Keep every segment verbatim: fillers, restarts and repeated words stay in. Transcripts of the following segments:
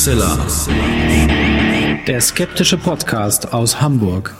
Huxilla, der skeptische Podcast aus Hamburg.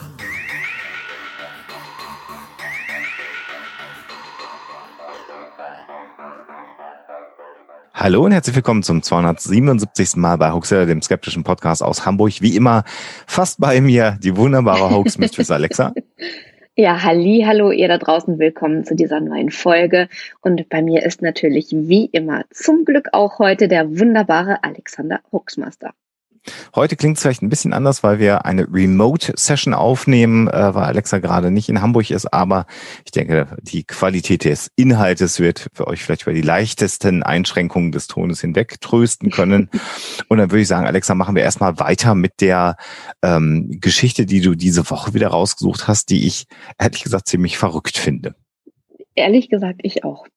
Hallo und herzlich willkommen zum zweihundertsiebenundsiebzigsten Mal bei Huxilla, dem skeptischen Podcast aus Hamburg. Wie immer fast bei mir die wunderbare Hoax-Mistress Alexa. Ja, halli, hallo ihr da draußen, willkommen zu dieser neuen Folge. Und bei mir ist natürlich wie immer zum Glück auch heute der wunderbare Alexander Hoaxmaster. Heute klingt es vielleicht ein bisschen anders, weil wir eine Remote-Session aufnehmen, äh, weil Alexa gerade nicht in Hamburg ist, aber ich denke, die Qualität des Inhaltes wird für euch vielleicht über die leichtesten Einschränkungen des Tones hinweg trösten können. Und dann würde ich sagen, Alexa, machen wir erstmal weiter mit der ähm, Geschichte, die du diese Woche wieder rausgesucht hast, die ich, ehrlich gesagt, ziemlich verrückt finde. Ehrlich gesagt, ich auch.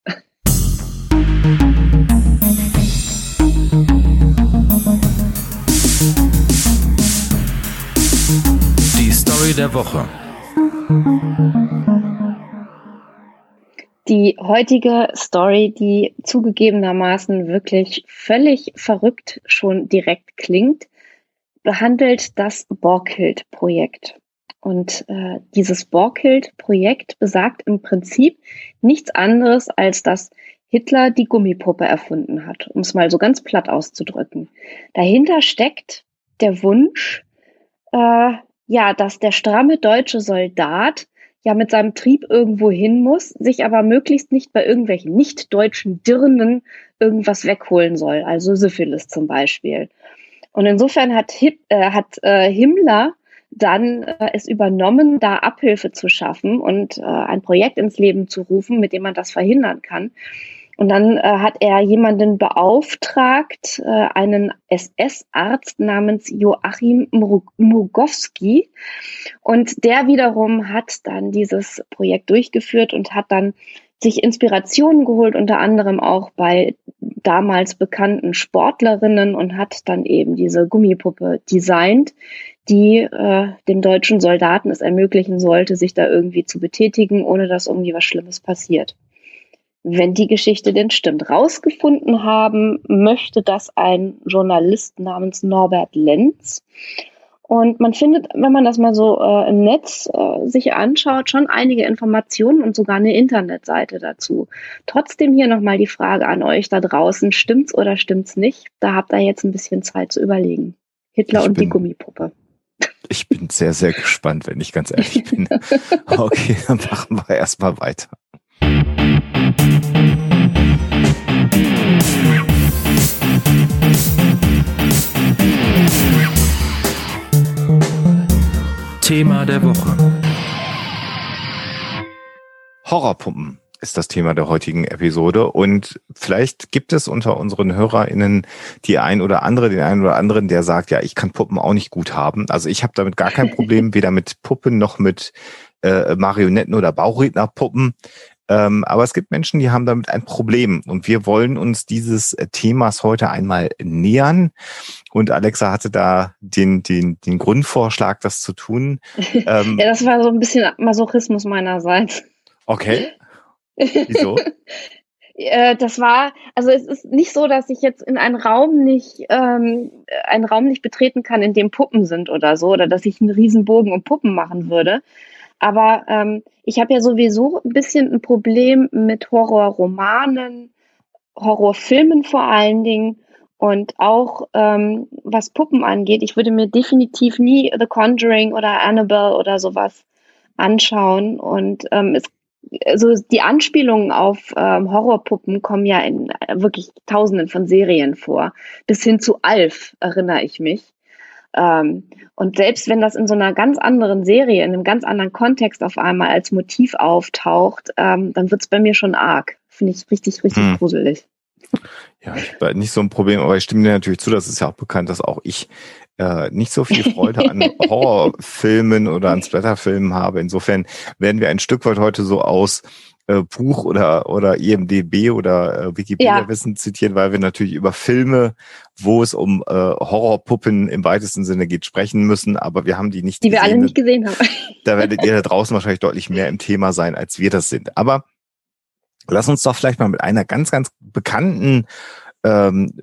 Story der Woche. Die heutige Story, die zugegebenermaßen wirklich völlig verrückt schon direkt klingt, behandelt das Borghild-Projekt. Und äh, dieses Borghild-Projekt besagt im Prinzip nichts anderes, als dass Hitler die Gummipuppe erfunden hat, um es mal so ganz platt auszudrücken. Dahinter steckt der Wunsch, äh, ja, dass der stramme deutsche Soldat ja mit seinem Trieb irgendwo hin muss, sich aber möglichst nicht bei irgendwelchen nicht-deutschen Dirnen irgendwas wegholen soll, also Syphilis zum Beispiel. Und insofern hat, Hit, äh, hat äh, Himmler dann äh, es übernommen, da Abhilfe zu schaffen und äh, ein Projekt ins Leben zu rufen, mit dem man das verhindern kann. Und dann äh, hat er jemanden beauftragt, äh, einen S S-Arzt namens Joachim Mrugowski. Und der wiederum hat dann dieses Projekt durchgeführt und hat dann sich Inspirationen geholt, unter anderem auch bei damals bekannten Sportlerinnen, und hat dann eben diese Gummipuppe designt, die äh, dem deutschen Soldaten es ermöglichen sollte, sich da irgendwie zu betätigen, ohne dass irgendwie was Schlimmes passiert. Wenn die Geschichte denn stimmt. Rausgefunden haben möchte das ein Journalist namens Norbert Lenz. Und man findet, wenn man das mal so äh, im Netz äh, sich anschaut, schon einige Informationen und sogar eine Internetseite dazu. Trotzdem hier nochmal die Frage an euch da draußen, stimmt's oder stimmt's nicht? Da habt ihr jetzt ein bisschen Zeit zu überlegen. Hitler ich und bin, die Gummipuppe. Ich bin sehr, sehr gespannt, wenn ich ganz ehrlich bin. Okay, dann machen wir erstmal weiter. Thema der Woche. Horrorpuppen ist das Thema der heutigen Episode, und vielleicht gibt es unter unseren HörerInnen die ein oder andere, den einen oder anderen, der sagt, ja, ich kann Puppen auch nicht gut haben. Also ich habe damit gar kein Problem, weder mit Puppen noch mit äh, Marionetten oder Bauchrednerpuppen. Ähm, aber es gibt Menschen, die haben damit ein Problem, und wir wollen uns dieses Themas heute einmal nähern. Und Alexa hatte da den den den Grundvorschlag, das zu tun. Ähm, ja, das war so ein bisschen Masochismus meinerseits. Okay. Wieso? Das war, also es ist nicht so, dass ich jetzt in einen Raum nicht, ähm, einen Raum nicht betreten kann, in dem Puppen sind oder so, oder dass ich einen Riesenbogen um Puppen machen würde. Aber ähm, ich habe ja sowieso ein bisschen ein Problem mit Horrorromanen, Horrorfilmen vor allen Dingen, und auch ähm, was Puppen angeht. Ich würde mir definitiv nie The Conjuring oder Annabelle oder sowas anschauen. Und ähm, es, also die Anspielungen auf ähm, Horrorpuppen kommen ja in äh, wirklich Tausenden von Serien vor. Bis hin zu Alf erinnere ich mich. Ähm, und selbst wenn das in so einer ganz anderen Serie, in einem ganz anderen Kontext auf einmal als Motiv auftaucht, ähm, dann wird's bei mir schon arg. Finde ich richtig, richtig hm. gruselig. Ja, ich habe nicht so ein Problem, aber ich stimme dir natürlich zu, das ist ja auch bekannt, dass auch ich äh, nicht so viel Freude an Horrorfilmen oder an Splatterfilmen habe. Insofern werden wir ein Stück weit heute so aus äh, Buch oder oder I M D B oder äh, Wikipedia-Wissen ja. zitieren, weil wir natürlich über Filme, wo es um äh, Horrorpuppen im weitesten Sinne geht, sprechen müssen, aber wir haben die nicht die gesehen. Die wir alle nicht gesehen haben. Da werdet ihr da draußen wahrscheinlich deutlich mehr im Thema sein, als wir das sind. Aber lass uns doch vielleicht mal mit einer ganz, ganz bekannten ähm,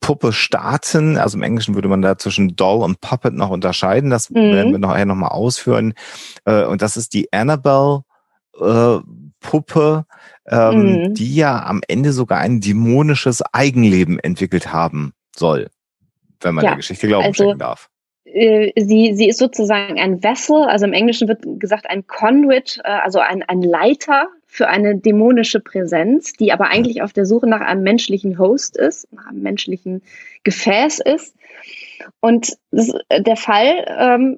Puppe starten. Also im Englischen würde man da zwischen Doll und Puppet noch unterscheiden. Das mhm. werden wir nachher nochmal ausführen. Äh, und das ist die Annabelle äh, Puppe, ähm, mhm. die ja am Ende sogar ein dämonisches Eigenleben entwickelt haben soll, wenn man ja, der Geschichte Glauben also, schenken darf. Äh, sie, sie ist sozusagen ein Vessel, also im Englischen wird gesagt ein Conduit, äh, also ein, ein Leiter für eine dämonische Präsenz, die aber eigentlich mhm. auf der Suche nach einem menschlichen Host ist, nach einem menschlichen Gefäß ist. Und das, der Fall ähm,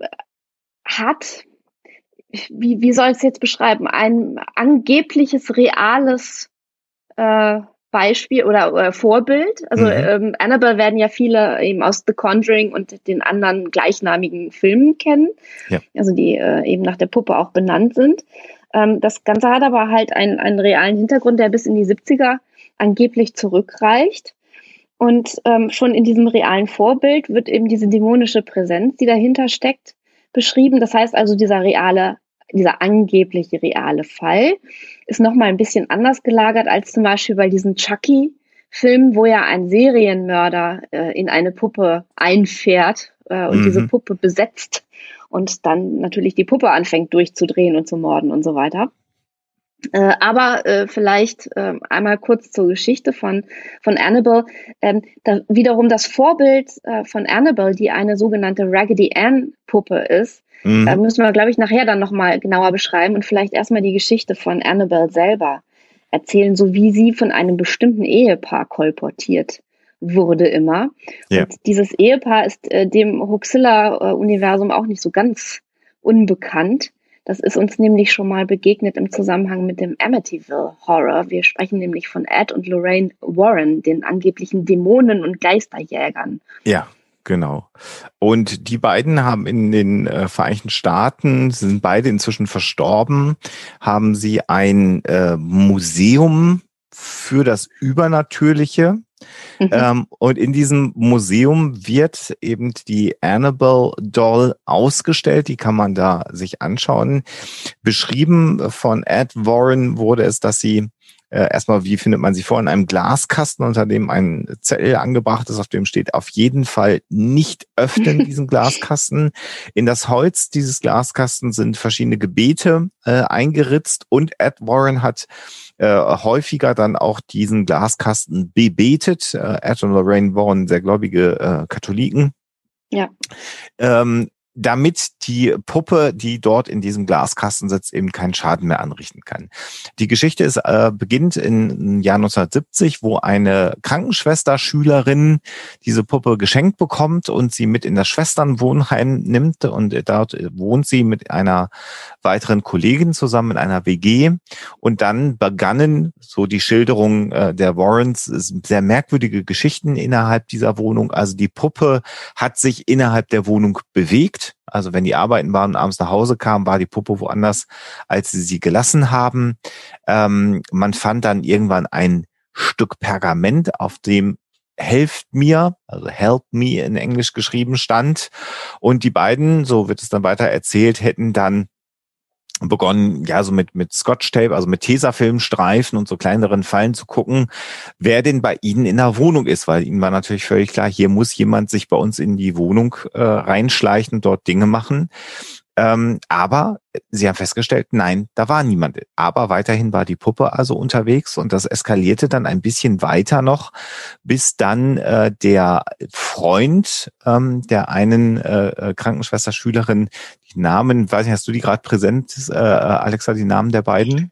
hat, wie, wie soll ich es jetzt beschreiben, ein angebliches, reales äh, Beispiel oder, oder Vorbild. Also mhm. ähm, Annabelle werden ja viele eben aus The Conjuring und den anderen gleichnamigen Filmen kennen, ja. also die äh, eben nach der Puppe auch benannt sind. Ähm, das Ganze hat aber halt einen, einen realen Hintergrund, der bis in die siebziger angeblich zurückreicht. Und ähm, schon in diesem realen Vorbild wird eben diese dämonische Präsenz, die dahinter steckt, beschrieben. Das heißt also, dieser reale dieser angebliche reale Fall ist nochmal ein bisschen anders gelagert als zum Beispiel bei diesen Chucky-Filmen, wo ja ein Serienmörder äh, in eine Puppe einfährt äh, und mhm. diese Puppe besetzt und dann natürlich die Puppe anfängt durchzudrehen und zu morden und so weiter. Äh, aber äh, vielleicht äh, einmal kurz zur Geschichte von, von Annabelle. Ähm, da wiederum das Vorbild äh, von Annabelle, die eine sogenannte Raggedy Ann-Puppe ist, Mhm. Da müssen wir, glaube ich, nachher dann nochmal genauer beschreiben und vielleicht erstmal die Geschichte von Annabelle selber erzählen, so wie sie von einem bestimmten Ehepaar kolportiert wurde immer. Ja. Und dieses Ehepaar ist äh, dem Hoaxilla-Universum auch nicht so ganz unbekannt. Das ist uns nämlich schon mal begegnet im Zusammenhang mit dem Amityville Horror. Wir sprechen nämlich von Ed und Lorraine Warren, den angeblichen Dämonen- und Geisterjägern. Ja. Genau. Und die beiden haben in den äh, Vereinigten Staaten, sind beide inzwischen verstorben, haben sie ein äh, Museum für das Übernatürliche. Mhm. Ähm, und in diesem Museum wird eben die Annabelle Doll ausgestellt. Die kann man da sich anschauen. Beschrieben von Ed Warren wurde es, dass sie Äh, erstmal, wie findet man sie vor? In einem Glaskasten, unter dem ein Zettel angebracht ist, auf dem steht, auf jeden Fall nicht öffnen, diesen Glaskasten. In das Holz dieses Glaskastens sind verschiedene Gebete äh, eingeritzt und Ed Warren hat äh, häufiger dann auch diesen Glaskasten bebetet. Äh, Ed und Lorraine Warren, sehr gläubige äh, Katholiken. Ja. Ähm, damit die Puppe, die dort in diesem Glaskasten sitzt, eben keinen Schaden mehr anrichten kann. Die Geschichte ist, äh, beginnt im Jahr neunzehnhundertsiebzig, wo eine Krankenschwester-Schülerin diese Puppe geschenkt bekommt und sie mit in das Schwesternwohnheim nimmt, und dort wohnt sie mit einer weiteren Kollegin zusammen in einer W G, und dann begannen, so die Schilderung äh, der Warrens, sehr merkwürdige Geschichten innerhalb dieser Wohnung. Also die Puppe hat sich innerhalb der Wohnung bewegt. Also wenn die arbeiten waren und abends nach Hause kamen, war die Puppe woanders, als sie sie gelassen haben. Ähm, man fand dann irgendwann ein Stück Pergament, auf dem Helft mir, also Help Me in Englisch geschrieben stand. Und die beiden, so wird es dann weiter erzählt, hätten dann begonnen, ja, so mit, mit Scotch-Tape, also mit Tesafilmstreifen und so kleineren Fallen zu gucken, wer denn bei ihnen in der Wohnung ist, weil ihnen war natürlich völlig klar, hier muss jemand sich bei uns in die Wohnung äh, reinschleichen, dort Dinge machen. Ähm, aber sie haben festgestellt, nein, da war niemand. Aber weiterhin war die Puppe also unterwegs, und das eskalierte dann ein bisschen weiter noch, bis dann äh, der Freund ähm, der einen äh, Krankenschwester-Schülerin, die Namen, weiß nicht, hast du die gerade präsent, äh, Alexa, die Namen der beiden?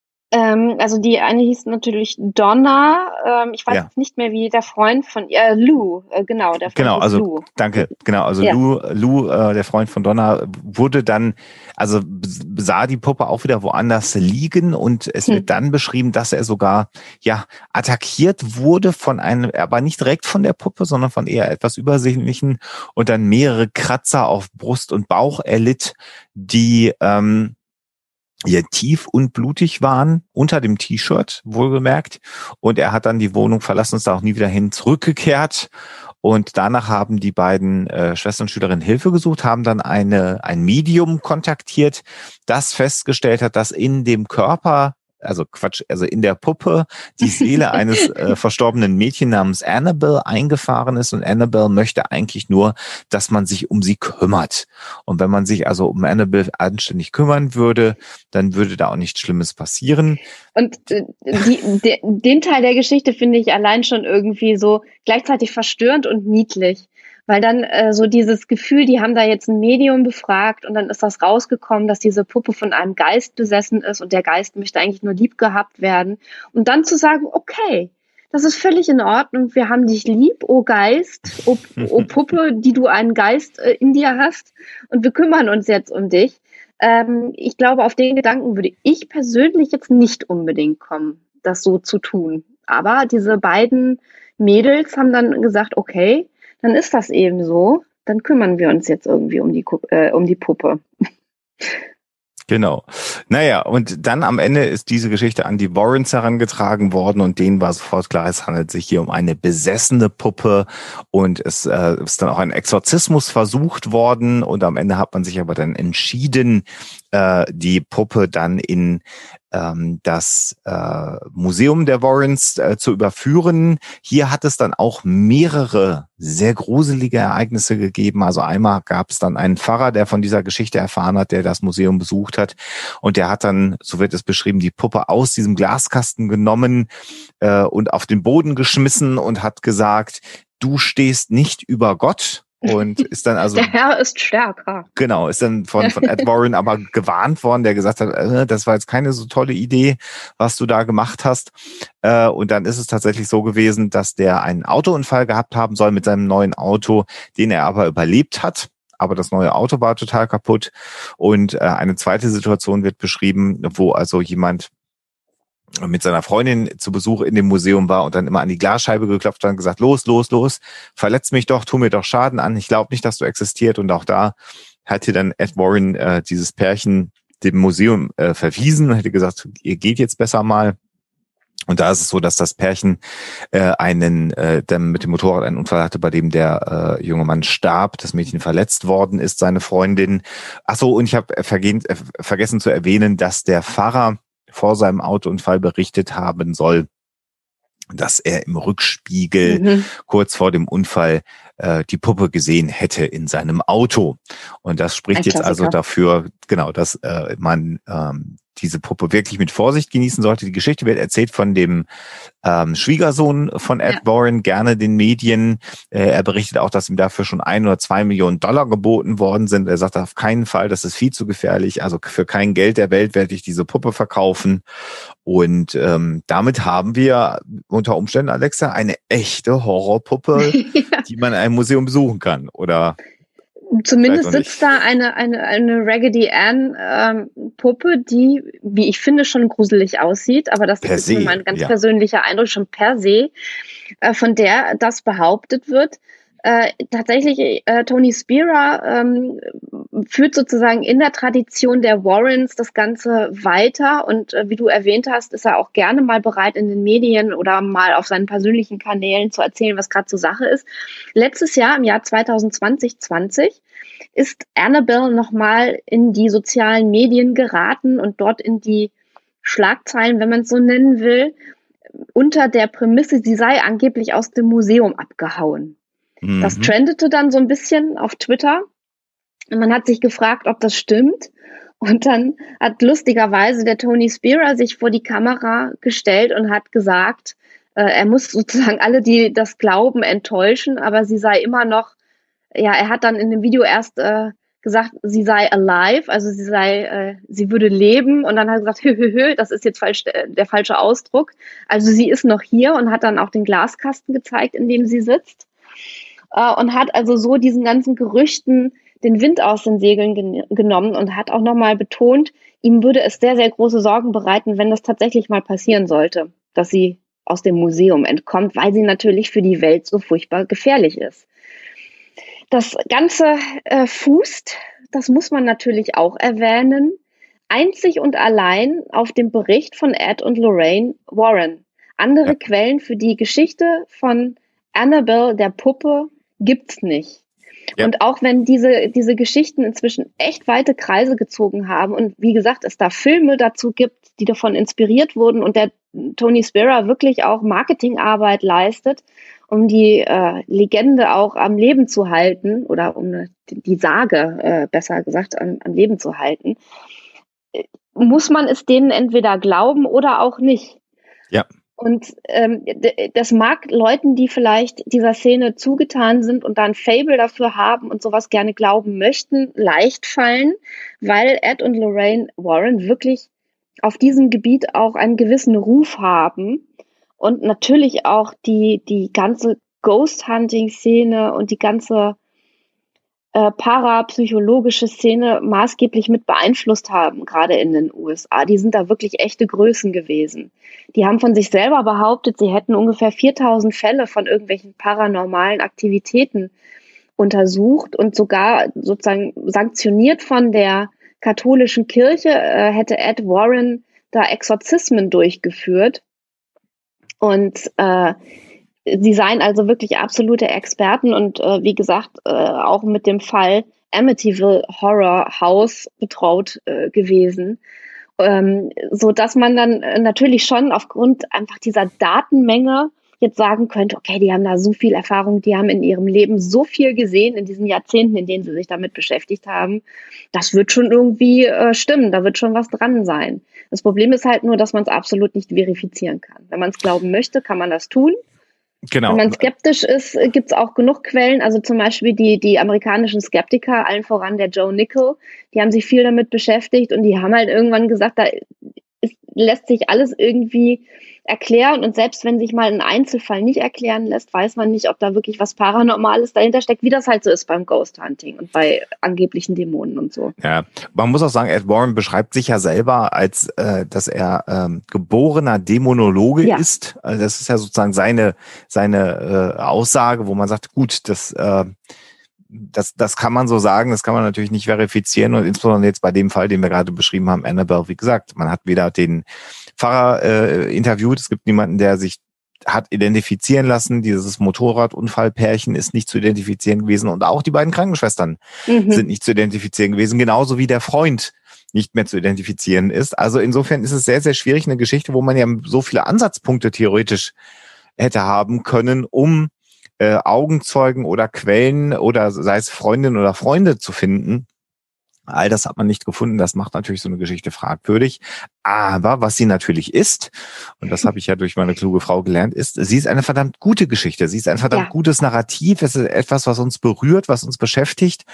Ähm, also die eine hieß natürlich Donna, ähm, ich weiß ja. jetzt nicht mehr, wie der Freund von ihr, äh, Lou, äh, genau, der Freund genau, also, Lou. Danke, genau, also ja. Lou, Lou äh, der Freund von Donna, wurde dann, also sah die Puppe auch wieder woanders liegen, und es hm. wird dann beschrieben, dass er sogar, ja, attackiert wurde von einem, aber nicht direkt von der Puppe, sondern von eher etwas Übersinnlichen, und dann mehrere Kratzer auf Brust und Bauch erlitt, die, ähm, ja, tief und blutig waren, unter dem T-Shirt, wohlgemerkt. Und er hat dann die Wohnung verlassen und ist da auch nie wieder hin zurückgekehrt. Und danach haben die beiden äh, Schwestern und Schülerinnen Hilfe gesucht, haben dann eine ein Medium kontaktiert, das festgestellt hat, dass in dem Körper also Quatsch, also in der Puppe die Seele eines äh, verstorbenen Mädchen namens Annabelle eingefahren ist und Annabelle möchte eigentlich nur, dass man sich um sie kümmert. Und wenn man sich also um Annabelle anständig kümmern würde, dann würde da auch nichts Schlimmes passieren. Und äh, die, de, den Teil der Geschichte finde ich allein schon irgendwie so gleichzeitig verstörend und niedlich. Weil dann äh, so dieses Gefühl, die haben da jetzt ein Medium befragt und dann ist das rausgekommen, dass diese Puppe von einem Geist besessen ist und der Geist möchte eigentlich nur lieb gehabt werden. Und dann zu sagen, okay, das ist völlig in Ordnung, wir haben dich lieb, oh Geist, oh, oh Puppe, die du einen Geist äh, in dir hast und wir kümmern uns jetzt um dich. Ähm, ich glaube, auf den Gedanken würde ich persönlich jetzt nicht unbedingt kommen, das so zu tun. Aber diese beiden Mädels haben dann gesagt, okay, dann ist das eben so. Dann kümmern wir uns jetzt irgendwie um die, äh, um die Puppe. Genau. Naja, und dann am Ende ist diese Geschichte an die Warrens herangetragen worden und denen war sofort klar, es handelt sich hier um eine besessene Puppe und es äh, ist dann auch ein Exorzismus versucht worden und am Ende hat man sich aber dann entschieden, äh, die Puppe dann in ähm, das äh, Museum der Warrens äh, zu überführen. Hier hat es dann auch mehrere sehr gruselige Ereignisse gegeben. Also einmal gab es dann einen Pfarrer, der von dieser Geschichte erfahren hat, der das Museum besucht hat und der hat dann, so wird es beschrieben, die Puppe aus diesem Glaskasten genommen äh, und auf den Boden geschmissen und hat gesagt, du stehst nicht über Gott. Und ist dann also... Der Herr ist stärker. Genau, ist dann von, von Ed Warren aber gewarnt worden, der gesagt hat, äh, das war jetzt keine so tolle Idee, was du da gemacht hast. Äh, und dann ist es tatsächlich so gewesen, dass der einen Autounfall gehabt haben soll mit seinem neuen Auto, den er aber überlebt hat. Aber das neue Auto war total kaputt. Und äh, eine zweite Situation wird beschrieben, wo also jemand mit seiner Freundin zu Besuch in dem Museum war und dann immer an die Glasscheibe geklopft hat und gesagt, los, los, los, verletz mich doch, tu mir doch Schaden an, ich glaube nicht, dass du existiert. Und auch da hatte dann Ed Warren äh, dieses Pärchen dem Museum äh, verwiesen und hätte gesagt, ihr geht jetzt besser mal. Und da ist es so, dass das Pärchen äh, einen, äh, der mit dem Motorrad einen Unfall hatte, bei dem der äh, junge Mann starb, das Mädchen verletzt worden ist, seine Freundin. Ach so, und ich habe äh, vergessen zu erwähnen, dass der Pfarrer vor seinem Autounfall berichtet haben soll, dass er im Rückspiegel mhm. kurz vor dem Unfall äh, die Puppe gesehen hätte in seinem Auto. Und das spricht jetzt also dafür, genau, dass äh, man ähm, diese Puppe wirklich mit Vorsicht genießen sollte. Die Geschichte wird erzählt von dem ähm, Schwiegersohn von Ed ja. Warren, gerne den Medien. Äh, er berichtet auch, dass ihm dafür schon ein oder zwei Millionen Dollar geboten worden sind. Er sagt auf keinen Fall, das ist viel zu gefährlich. Also für kein Geld der Welt werde ich diese Puppe verkaufen. Und ähm, damit haben wir unter Umständen, Alexa, eine echte Horrorpuppe, ja. die man in einem Museum besuchen kann, oder? Zumindest sitzt da eine, eine, eine Raggedy Ann ähm, Puppe, die, wie ich finde, schon gruselig aussieht, aber das per ist se, mein ganz ja. persönlicher Eindruck, schon per se, äh, von der das behauptet wird. Äh, tatsächlich, äh, Tony Spera ähm, führt sozusagen in der Tradition der Warrens das Ganze weiter und äh, wie du erwähnt hast, ist er auch gerne mal bereit, in den Medien oder mal auf seinen persönlichen Kanälen zu erzählen, was gerade zur Sache ist. Letztes Jahr, im Jahr zwanzig zwanzig, ist Annabelle nochmal in die sozialen Medien geraten und dort in die Schlagzeilen, wenn man es so nennen will, unter der Prämisse, sie sei angeblich aus dem Museum abgehauen. Das trendete dann so ein bisschen auf Twitter und man hat sich gefragt, ob das stimmt. Und dann hat lustigerweise der Tony Spera sich vor die Kamera gestellt und hat gesagt, äh, er muss sozusagen alle, die das glauben, enttäuschen, aber sie sei immer noch, ja, er hat dann in dem Video erst äh, gesagt, sie sei alive, also sie sei, äh, sie würde leben und dann hat er gesagt, hö, hö, hö, das ist jetzt falsch, der falsche Ausdruck. Also sie ist noch hier und hat dann auch den Glaskasten gezeigt, in dem sie sitzt. Und hat also so diesen ganzen Gerüchten den Wind aus den Segeln gen- genommen und hat auch nochmal betont, ihm würde es sehr, sehr große Sorgen bereiten, wenn das tatsächlich mal passieren sollte, dass sie aus dem Museum entkommt, weil sie natürlich für die Welt so furchtbar gefährlich ist. Das Ganze äh, fußt, das muss man natürlich auch erwähnen, einzig und allein auf dem Bericht von Ed und Lorraine Warren. Andere ja. Quellen für die Geschichte von Annabelle, der Puppe, gibt's nicht. Ja. Und auch wenn diese, diese Geschichten inzwischen echt weite Kreise gezogen haben und wie gesagt, es da Filme dazu gibt, die davon inspiriert wurden und der Tony Spera wirklich auch Marketingarbeit leistet, um die äh, Legende auch am Leben zu halten oder um die Sage, äh, besser gesagt, am, am Leben zu halten, äh, muss man es denen entweder glauben oder auch nicht. Ja. Und ähm, das mag Leuten, die vielleicht dieser Szene zugetan sind und da ein Faible dafür haben und sowas gerne glauben möchten, leicht fallen, weil Ed und Lorraine Warren wirklich auf diesem Gebiet auch einen gewissen Ruf haben und natürlich auch die, die ganze Ghost-Hunting-Szene und die ganze äh, parapsychologische Szene maßgeblich mit beeinflusst haben, gerade in den U S A. Die sind da wirklich echte Größen gewesen. Die haben von sich selber behauptet, sie hätten ungefähr viertausend Fälle von irgendwelchen paranormalen Aktivitäten untersucht und sogar sozusagen sanktioniert von der katholischen Kirche äh, hätte Ed Warren da Exorzismen durchgeführt. Und äh, sie seien also wirklich absolute Experten und äh, wie gesagt, äh, auch mit dem Fall Amityville Horror House betraut äh, gewesen. Ähm, so dass man dann äh, natürlich schon aufgrund einfach dieser Datenmenge jetzt sagen könnte, okay, die haben da so viel Erfahrung, die haben in ihrem Leben so viel gesehen in diesen Jahrzehnten, in denen sie sich damit beschäftigt haben. Das wird schon irgendwie äh, stimmen, da wird schon was dran sein. Das Problem ist halt nur, dass man es absolut nicht verifizieren kann. Wenn man es glauben möchte, kann man das tun. Genau. Wenn man skeptisch ist, gibt es auch genug Quellen, also zum Beispiel die, die amerikanischen Skeptiker, allen voran der Joe Nickell, die haben sich viel damit beschäftigt und die haben halt irgendwann gesagt, da ist, lässt sich alles irgendwie erklären und selbst wenn sich mal ein Einzelfall nicht erklären lässt, weiß man nicht, ob da wirklich was Paranormales dahinter steckt, wie das halt so ist beim Ghost Hunting und bei angeblichen Dämonen und so. Ja, man muss auch sagen, Ed Warren beschreibt sich ja selber als, äh, dass er ähm, geborener Dämonologe ja. ist. Also das ist ja sozusagen seine seine äh, Aussage, wo man sagt, gut, das äh, Das, das kann man so sagen, das kann man natürlich nicht verifizieren und insbesondere jetzt bei dem Fall, den wir gerade beschrieben haben, Annabelle, wie gesagt, man hat weder den Pfarrer äh, interviewt, es gibt niemanden, der sich hat identifizieren lassen, dieses Motorradunfallpärchen ist nicht zu identifizieren gewesen und auch die beiden Krankenschwestern mhm. sind nicht zu identifizieren gewesen, genauso wie der Freund nicht mehr zu identifizieren ist. Also insofern ist es sehr, sehr schwierig, eine Geschichte, wo man ja so viele Ansatzpunkte theoretisch hätte haben können, um Äh, Augenzeugen oder Quellen oder sei es Freundinnen oder Freunde zu finden. All das hat man nicht gefunden. Das macht natürlich so eine Geschichte fragwürdig. Aber was sie natürlich ist, und das habe ich ja durch meine kluge Frau gelernt, ist, sie ist eine verdammt gute Geschichte. Sie ist ein verdammt ja. gutes Narrativ. Es ist etwas, was uns berührt, was uns beschäftigt.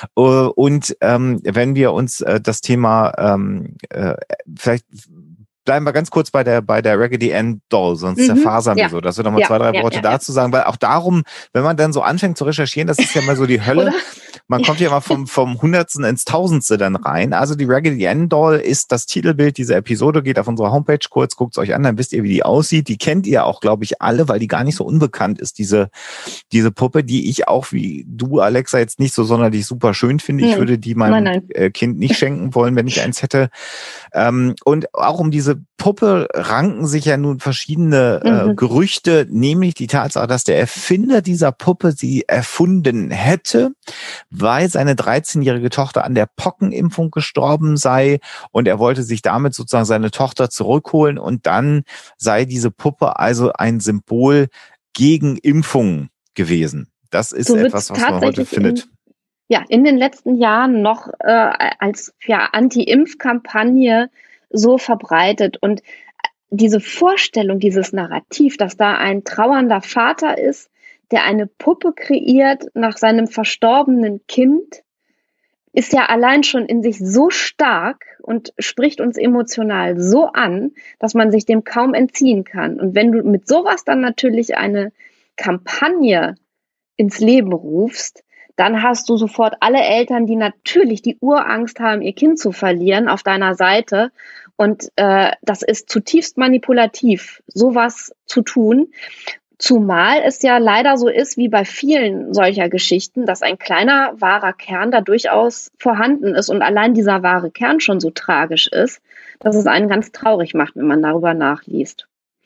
Und ähm, wenn wir uns äh, das Thema ähm, äh, vielleicht bleiben wir ganz kurz bei der bei der Raggedy Ann Doll, sonst mhm. zerfasern wir ja. so, dass wir nochmal ja. zwei, drei ja, Worte ja, dazu ja. sagen, weil auch darum, wenn man dann so anfängt zu recherchieren, das ist ja mal so die Hölle. Man kommt ja immer vom vom Hundertsten ins Tausendste dann rein. Also die Raggedy Ann Doll ist das Titelbild dieser Episode, geht auf unsere Homepage kurz, guckt es euch an, dann wisst ihr, wie die aussieht. Die kennt ihr auch, glaube ich, alle, weil die gar nicht so unbekannt ist, diese diese Puppe, die ich auch wie du, Alexa, jetzt nicht so sonderlich super schön finde. Ich hm. würde die meinem nein, nein. Kind nicht schenken wollen, wenn ich eins hätte. Ähm, und auch um diese Puppe ranken sich ja nun verschiedene äh, mhm. Gerüchte, nämlich die Tatsache, dass der Erfinder dieser Puppe sie erfunden hätte, weil seine dreizehnjährige Tochter an der Pockenimpfung gestorben sei und er wollte sich damit sozusagen seine Tochter zurückholen und dann sei diese Puppe also ein Symbol gegen Impfungen gewesen. Das ist so etwas, was man heute findet. In, ja, in den letzten Jahren noch äh, als ja, Anti-Impf-Kampagne so verbreitet und diese Vorstellung, dieses Narrativ, dass da ein trauernder Vater ist, der eine Puppe kreiert nach seinem verstorbenen Kind, ist ja allein schon in sich so stark und spricht uns emotional so an, dass man sich dem kaum entziehen kann. Und wenn du mit sowas dann natürlich eine Kampagne ins Leben rufst, dann hast du sofort alle Eltern, die natürlich die Urangst haben, ihr Kind zu verlieren, auf deiner Seite. Und äh, das ist zutiefst manipulativ, sowas zu tun. Zumal es ja leider so ist, wie bei vielen solcher Geschichten, dass ein kleiner, wahrer Kern da durchaus vorhanden ist und allein dieser wahre Kern schon so tragisch ist, dass es einen ganz traurig macht, wenn man darüber nachliest.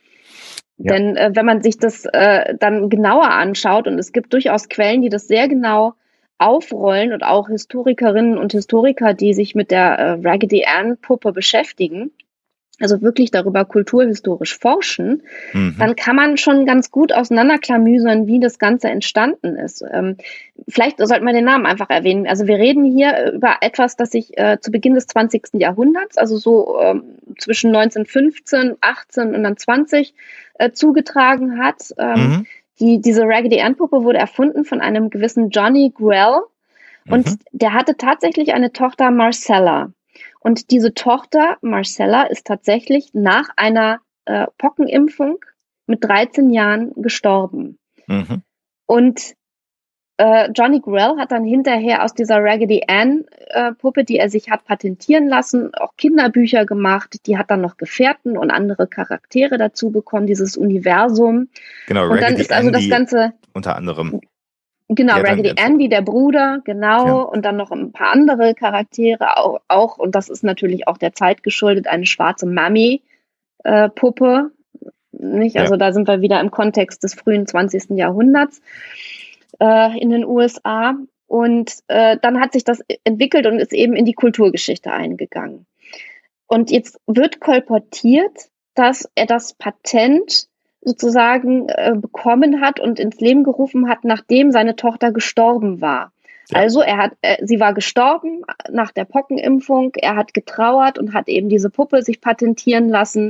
Ja. Denn äh, wenn man sich das äh, dann genauer anschaut, und es gibt durchaus Quellen, die das sehr genau aufrollen und auch Historikerinnen und Historiker, die sich mit der äh, Raggedy Ann Puppe beschäftigen, also wirklich darüber kulturhistorisch forschen, mhm. dann kann man schon ganz gut auseinanderklamüsern, wie das Ganze entstanden ist. Ähm, vielleicht sollte man den Namen einfach erwähnen. Also wir reden hier über etwas, das sich äh, zu Beginn des zwanzigsten Jahrhunderts, also so ähm, zwischen neunzehnhundertfünfzehn, achtzehn und dann zwanzig äh, zugetragen hat. Ähm, mhm. die, diese Raggedy Ann Puppe wurde erfunden von einem gewissen Johnny Grell und mhm. der hatte tatsächlich eine Tochter, Marcella. Und diese Tochter, Marcella, ist tatsächlich nach einer äh, Pockenimpfung mit dreizehn Jahren gestorben. Mhm. Und äh, Johnny Grell hat dann hinterher aus dieser Raggedy Ann äh, Puppe, die er sich hat patentieren lassen, auch Kinderbücher gemacht. Die hat dann noch Gefährten und andere Charaktere dazu bekommen, dieses Universum. Genau, und Raggedy dann ist also das Ganze unter anderem. Genau, Raggedy Andy, der Bruder, genau, ja. Und dann noch ein paar andere Charaktere auch, auch. Und das ist natürlich auch der Zeit geschuldet, eine schwarze Mummy-Puppe, äh, nicht? Also ja. Da sind wir wieder im Kontext des frühen zwanzigsten Jahrhunderts äh, in den U S A. Und äh, dann hat sich das entwickelt und ist eben in die Kulturgeschichte eingegangen. Und jetzt wird kolportiert, dass er das Patent sozusagen äh, bekommen hat und ins Leben gerufen hat, nachdem seine Tochter gestorben war. Ja. Also er hat, äh, sie war gestorben nach der Pockenimpfung, er hat getrauert und hat eben diese Puppe sich patentieren lassen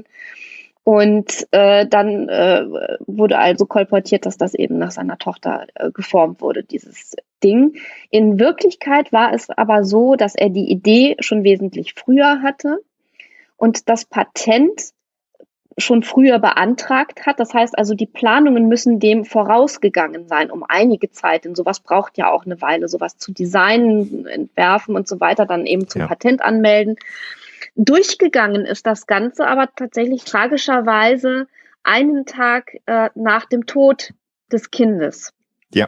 und äh, dann äh, wurde also kolportiert, dass das eben nach seiner Tochter äh, geformt wurde, dieses Ding. In Wirklichkeit war es aber so, dass er die Idee schon wesentlich früher hatte und das Patent schon früher beantragt hat. Das heißt also, die Planungen müssen dem vorausgegangen sein, um einige Zeit. Denn sowas braucht ja auch eine Weile, sowas zu designen, entwerfen und so weiter, dann eben zum ja. Patent anmelden. Durchgegangen ist das Ganze aber tatsächlich tragischerweise einen Tag äh, nach dem Tod des Kindes. Ja.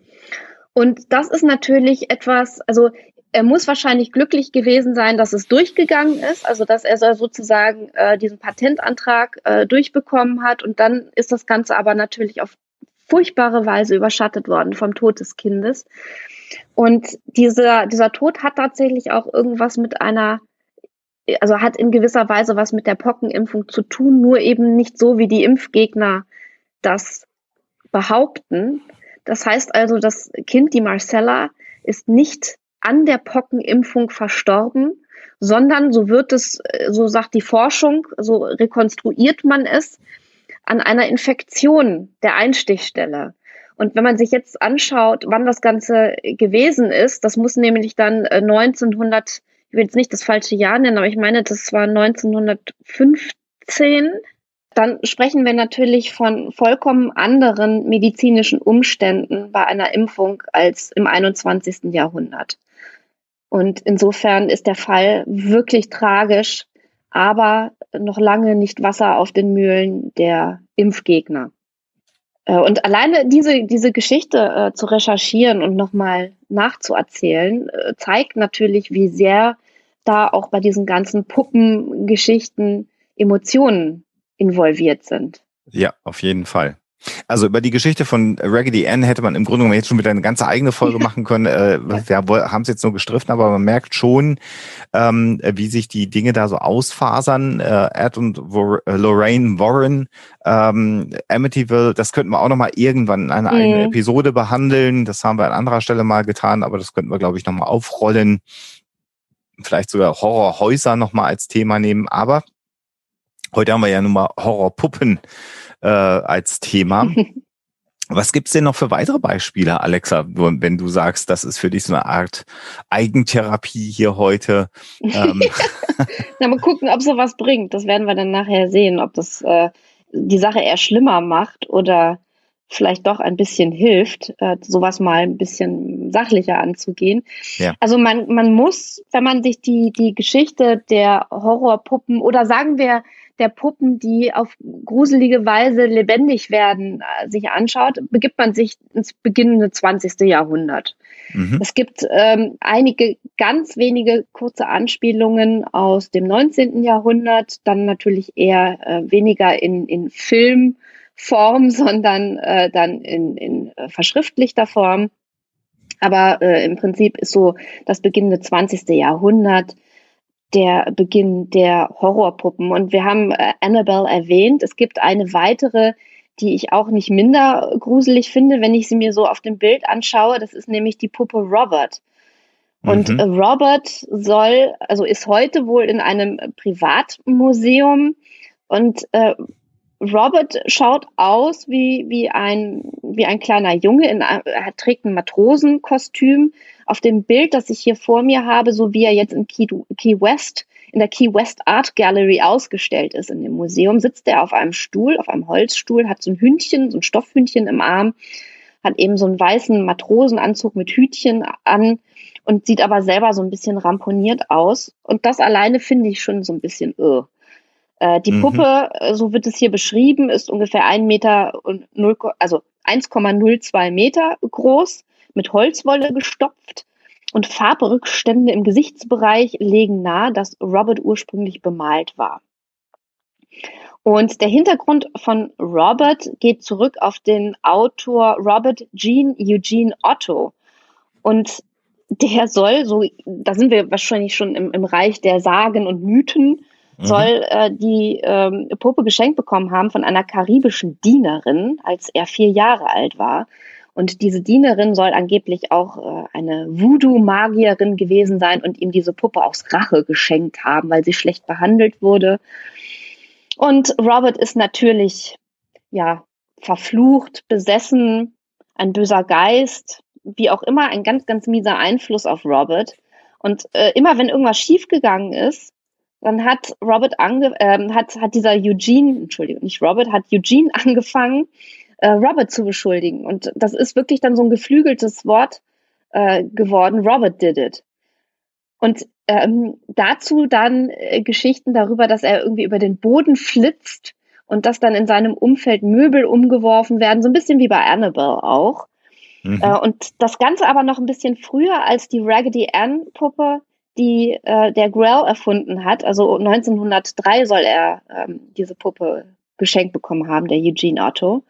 Und das ist natürlich etwas, also er muss wahrscheinlich glücklich gewesen sein, dass es durchgegangen ist, also dass er sozusagen äh, diesen Patentantrag äh, durchbekommen hat und dann ist das Ganze aber natürlich auf furchtbare Weise überschattet worden vom Tod des Kindes. Und dieser, dieser Tod hat tatsächlich auch irgendwas mit einer, also hat in gewisser Weise was mit der Pockenimpfung zu tun, nur eben nicht so, wie die Impfgegner das behaupten. Das heißt also, das Kind, die Marcella, ist nicht an der Pockenimpfung verstorben, sondern, so wird es, so sagt die Forschung, so rekonstruiert man es, an einer Infektion der Einstichstelle. Und wenn man sich jetzt anschaut, wann das Ganze gewesen ist, das muss nämlich dann neunzehnhundert, ich will jetzt nicht das falsche Jahr nennen, aber ich meine, das war neunzehnhundertfünfzehn, dann sprechen wir natürlich von vollkommen anderen medizinischen Umständen bei einer Impfung als im einundzwanzigsten Jahrhundert. Und insofern ist der Fall wirklich tragisch, aber noch lange nicht Wasser auf den Mühlen der Impfgegner. Und alleine diese, diese Geschichte äh, zu recherchieren und nochmal nachzuerzählen, äh, zeigt natürlich, wie sehr da auch bei diesen ganzen Puppengeschichten Emotionen involviert sind. Ja, auf jeden Fall. Also über die Geschichte von Raggedy Ann hätte man im Grunde genommen jetzt schon wieder eine ganze eigene Folge machen können. Äh, wir haben es jetzt nur gestriffen, aber man merkt schon, ähm, wie sich die Dinge da so ausfasern. Äh, Ed und Vor- äh, Lorraine Warren, ähm, Amityville, das könnten wir auch nochmal irgendwann in einer mhm. eigenen Episode behandeln. Das haben wir an anderer Stelle mal getan, aber das könnten wir, glaube ich, nochmal aufrollen. Vielleicht sogar Horrorhäuser nochmal als Thema nehmen. Aber heute haben wir ja nun mal Horrorpuppen äh, als Thema. Was gibt's denn noch für weitere Beispiele, Alexa, wenn du sagst, das ist für dich so eine Art Eigentherapie hier heute? Ähm. Na, mal gucken, ob sowas bringt. Das werden wir dann nachher sehen, ob das äh, die Sache eher schlimmer macht oder vielleicht doch ein bisschen hilft, äh, sowas mal ein bisschen sachlicher anzugehen. Ja. Also man man muss, wenn man sich die die Geschichte der Horrorpuppen oder sagen wir der Puppen, die auf gruselige Weise lebendig werden, sich anschaut, begibt man sich ins beginnende zwanzigste Jahrhundert. Mhm. Es gibt ähm, einige ganz wenige kurze Anspielungen aus dem neunzehnten Jahrhundert, dann natürlich eher äh, weniger in, in Filmform, sondern äh, dann in, in äh, verschriftlichter Form. Aber äh, im Prinzip ist so das beginnende zwanzigste Jahrhundert der Beginn der Horrorpuppen. Und wir haben äh, Annabelle erwähnt. Es gibt eine weitere, die ich auch nicht minder gruselig finde, wenn ich sie mir so auf dem Bild anschaue. Das ist nämlich die Puppe Robert. Und mhm. äh, Robert soll, also ist heute wohl in einem Privatmuseum. Und äh, Robert schaut aus wie, wie, ein, wie ein kleiner Junge. In, er trägt ein Matrosenkostüm. Auf dem Bild, das ich hier vor mir habe, so wie er jetzt in Key, Key West, in der Key West Art Gallery ausgestellt ist in dem Museum, sitzt er auf einem Stuhl, auf einem Holzstuhl, hat so ein Hündchen, so ein Stoffhündchen im Arm, hat eben so einen weißen Matrosenanzug mit Hütchen an und sieht aber selber so ein bisschen ramponiert aus. Und das alleine finde ich schon so ein bisschen irr. Äh, die mhm. Puppe, so wird es hier beschrieben, ist ungefähr ein Meter und null, also eins Komma null zwei Meter groß, mit Holzwolle gestopft, und Farbrückstände im Gesichtsbereich legen nahe, dass Robert ursprünglich bemalt war. Und der Hintergrund von Robert geht zurück auf den Autor Robert Jean Eugene Otto. Und der soll, so, da sind wir wahrscheinlich schon im, im Reich der Sagen und Mythen, mhm. soll äh, die ähm, Puppe geschenkt bekommen haben von einer karibischen Dienerin, als er vier Jahre alt war. Und diese Dienerin soll angeblich auch äh, eine Voodoo-Magierin gewesen sein und ihm diese Puppe aus Rache geschenkt haben, weil sie schlecht behandelt wurde. Und Robert ist natürlich, ja, verflucht, besessen, ein böser Geist, wie auch immer, ein ganz, ganz mieser Einfluss auf Robert. Und äh, immer wenn irgendwas schiefgegangen ist, dann hat Robert ange äh, hat, hat dieser Eugene, Entschuldigung, nicht Robert, hat Eugene angefangen, Robert zu beschuldigen. Und das ist wirklich dann so ein geflügeltes Wort äh, geworden. Robert did it. Und ähm, dazu dann äh, Geschichten darüber, dass er irgendwie über den Boden flitzt und dass dann in seinem Umfeld Möbel umgeworfen werden. So ein bisschen wie bei Annabelle auch. Mhm. Äh, und das Ganze aber noch ein bisschen früher als die Raggedy Ann-Puppe, die äh, der Grell erfunden hat. Also neunzehnhundertdrei soll er ähm, diese Puppe geschenkt bekommen haben, der Eugene Otto.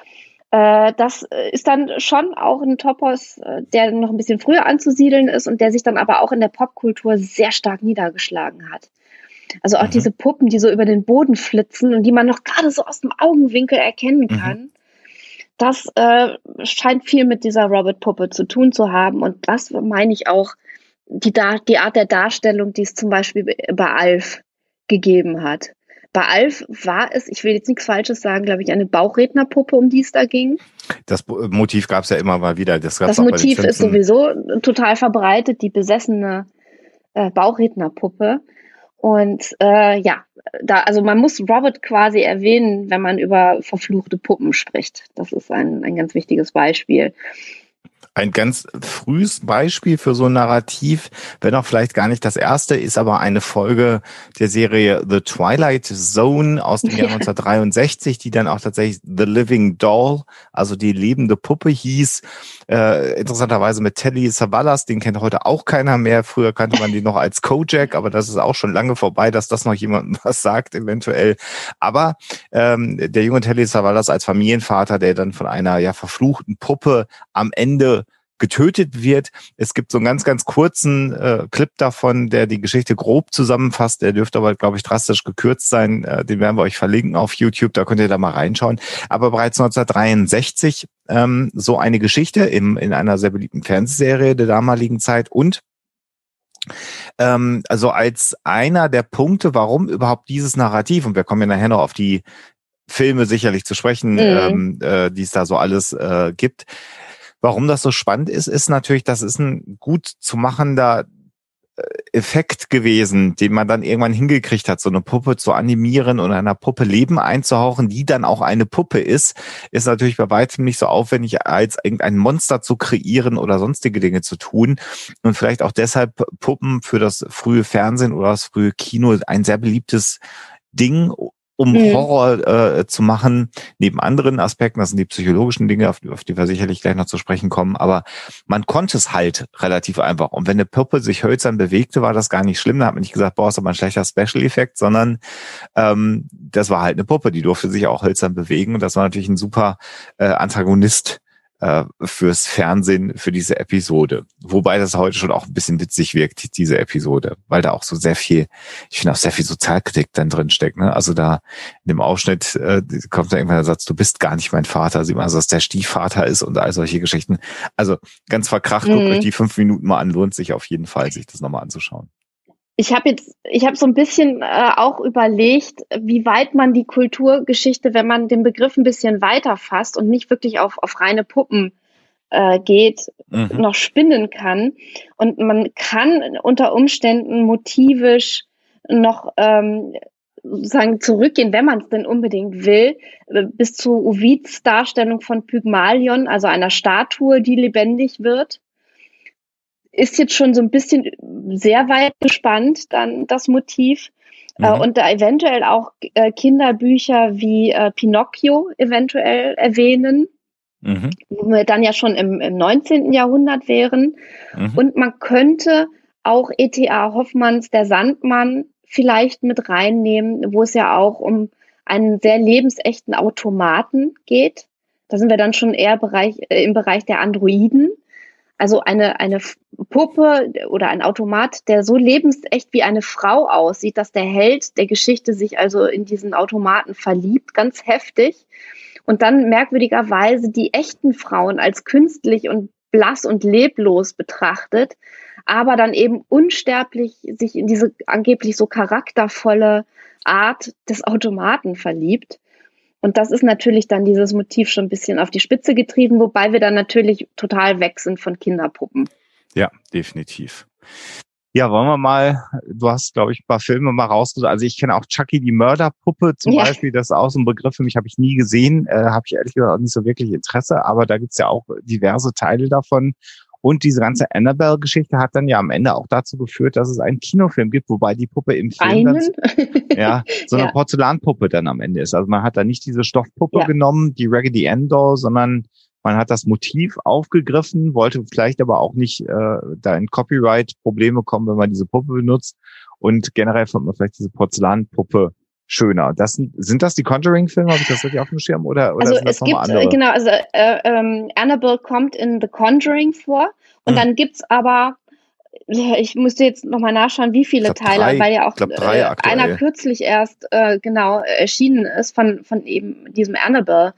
Das ist dann schon auch ein Topos, der noch ein bisschen früher anzusiedeln ist und der sich dann aber auch in der Popkultur sehr stark niedergeschlagen hat. Also auch mhm. diese Puppen, die so über den Boden flitzen und die man noch gerade so aus dem Augenwinkel erkennen kann, mhm. das äh, scheint viel mit dieser Robert-Puppe zu tun zu haben. Und das meine ich auch, die, Dar- die Art der Darstellung, die es zum Beispiel bei Alf gegeben hat. Bei Alf war es, ich will jetzt nichts Falsches sagen, glaube ich, eine Bauchrednerpuppe, um die es da ging. Das Motiv gab es ja immer mal wieder. Das, gab's das auch Motiv bei den ist sowieso total verbreitet, die besessene äh, Bauchrednerpuppe. Und äh, ja, da, also man muss Robert quasi erwähnen, wenn man über verfluchte Puppen spricht. Das ist ein, ein ganz wichtiges Beispiel. Ein ganz frühes Beispiel für so ein Narrativ, wenn auch vielleicht gar nicht das erste, ist aber eine Folge der Serie The Twilight Zone aus dem Jahr neunzehnhundertdreiundsechzig, die dann auch tatsächlich The Living Doll, also die lebende Puppe hieß. Äh, interessanterweise mit Telly Savalas, den kennt heute auch keiner mehr. Früher kannte man die noch als Kojak, aber das ist auch schon lange vorbei, dass das noch jemandem was sagt eventuell. Aber ähm, der junge Telly Savalas als Familienvater, der dann von einer ja verfluchten Puppe am Ende getötet wird. Es gibt so einen ganz, ganz kurzen äh, Clip davon, der die Geschichte grob zusammenfasst. Der dürfte aber, glaube ich, drastisch gekürzt sein. Äh, den werden wir euch verlinken auf YouTube, da könnt ihr da mal reinschauen. Aber bereits neunzehnhundertdreiundsechzig ähm, so eine Geschichte im, in einer sehr beliebten Fernsehserie der damaligen Zeit und ähm, also als einer der Punkte, warum überhaupt dieses Narrativ, und wir kommen ja nachher noch auf die Filme sicherlich zu sprechen, mhm. ähm, äh, die es da so alles äh, gibt. Warum das so spannend ist, ist natürlich, das ist ein gut zu machender Effekt gewesen, den man dann irgendwann hingekriegt hat, so eine Puppe zu animieren und einer Puppe Leben einzuhauchen, die dann auch eine Puppe ist, ist natürlich bei weitem nicht so aufwendig, als irgendein Monster zu kreieren oder sonstige Dinge zu tun. Und vielleicht auch deshalb Puppen für das frühe Fernsehen oder das frühe Kino ein sehr beliebtes Ding, um mhm. Horror äh, zu machen, neben anderen Aspekten, das sind die psychologischen Dinge, auf, auf die wir sicherlich gleich noch zu sprechen kommen, aber man konnte es halt relativ einfach. Und wenn eine Puppe sich hölzern bewegte, war das gar nicht schlimm, da hat man nicht gesagt, boah, ist aber ein schlechter Special-Effekt, sondern ähm, das war halt eine Puppe, die durfte sich auch hölzern bewegen und das war natürlich ein super äh, Antagonist äh, fürs Fernsehen, für diese Episode. Wobei das heute schon auch ein bisschen witzig wirkt, diese Episode, weil da auch so sehr viel, ich finde auch sehr viel Sozialkritik dann drin steckt. Ne? Also da in dem Ausschnitt äh, kommt da irgendwann der Satz, du bist gar nicht mein Vater, sieht man also, dass der Stiefvater ist und all solche Geschichten. Also ganz verkracht, mhm. Guckt euch die fünf Minuten mal an, lohnt sich auf jeden Fall, sich das nochmal anzuschauen. Ich habe jetzt, ich habe so ein bisschen äh, auch überlegt, wie weit man die Kulturgeschichte, wenn man den Begriff ein bisschen weiter fasst und nicht wirklich auf, auf reine Puppen äh, geht, mhm. noch spinnen kann. Und man kann unter Umständen motivisch noch ähm, sozusagen zurückgehen, wenn man es denn unbedingt will, bis zu Ovids Darstellung von Pygmalion, also einer Statue, die lebendig wird. Ist jetzt schon so ein bisschen sehr weit gespannt, dann das Motiv. Mhm. Äh, und da eventuell auch äh, Kinderbücher wie äh, Pinocchio eventuell erwähnen, mhm. wo wir dann ja schon im, im neunzehnten Jahrhundert wären. Mhm. Und man könnte auch E T A Hoffmanns Der Sandmann vielleicht mit reinnehmen, wo es ja auch um einen sehr lebensechten Automaten geht. Da sind wir dann schon eher Bereich, äh, im Bereich der Androiden. Also eine, eine Puppe oder ein Automat, der so lebensecht wie eine Frau aussieht, dass der Held der Geschichte sich also in diesen Automaten verliebt, ganz heftig. Und dann merkwürdigerweise die echten Frauen als künstlich und blass und leblos betrachtet, aber dann eben unsterblich sich in diese angeblich so charaktervolle Art des Automaten verliebt. Und das ist natürlich dann dieses Motiv schon ein bisschen auf die Spitze getrieben, wobei wir dann natürlich total weg sind von Kinderpuppen. Ja, definitiv. Ja, wollen wir mal, du hast, glaube ich, ein paar Filme mal rausgesucht. Also ich kenne auch Chucky die Mörderpuppe zum ja. Beispiel, das ist auch so ein Begriff für mich, habe ich nie gesehen, äh, habe ich ehrlich gesagt auch nicht so wirklich Interesse, aber da gibt's ja auch diverse Teile davon. Und diese ganze Annabelle-Geschichte hat dann ja am Ende auch dazu geführt, dass es einen Kinofilm gibt, wobei die Puppe im Film dann so, ja, so eine ja. Porzellanpuppe dann am Ende ist. Also man hat da nicht diese Stoffpuppe ja. genommen, die Raggedy Ann Doll, sondern man hat das Motiv aufgegriffen, wollte vielleicht aber auch nicht äh, da in Copyright-Probleme kommen, wenn man diese Puppe benutzt. Und generell fand man vielleicht diese Porzellanpuppe schöner. Das sind, sind das die Conjuring-Filme? Habe ich das richtig auf dem Schirm? Oder, oder also sind das es gibt, andere? Genau, also äh, ähm, Annabelle kommt in The Conjuring vor und hm. dann gibt's aber, ich müsste jetzt nochmal nachschauen, wie viele Teile, drei, weil ja auch glaub, drei äh, einer kürzlich erst äh, genau erschienen ist von von eben diesem Annabelle,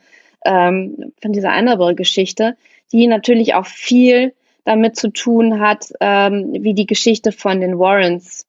ähm, von dieser Annabelle-Geschichte, die natürlich auch viel damit zu tun hat, ähm, wie die Geschichte von den Warrens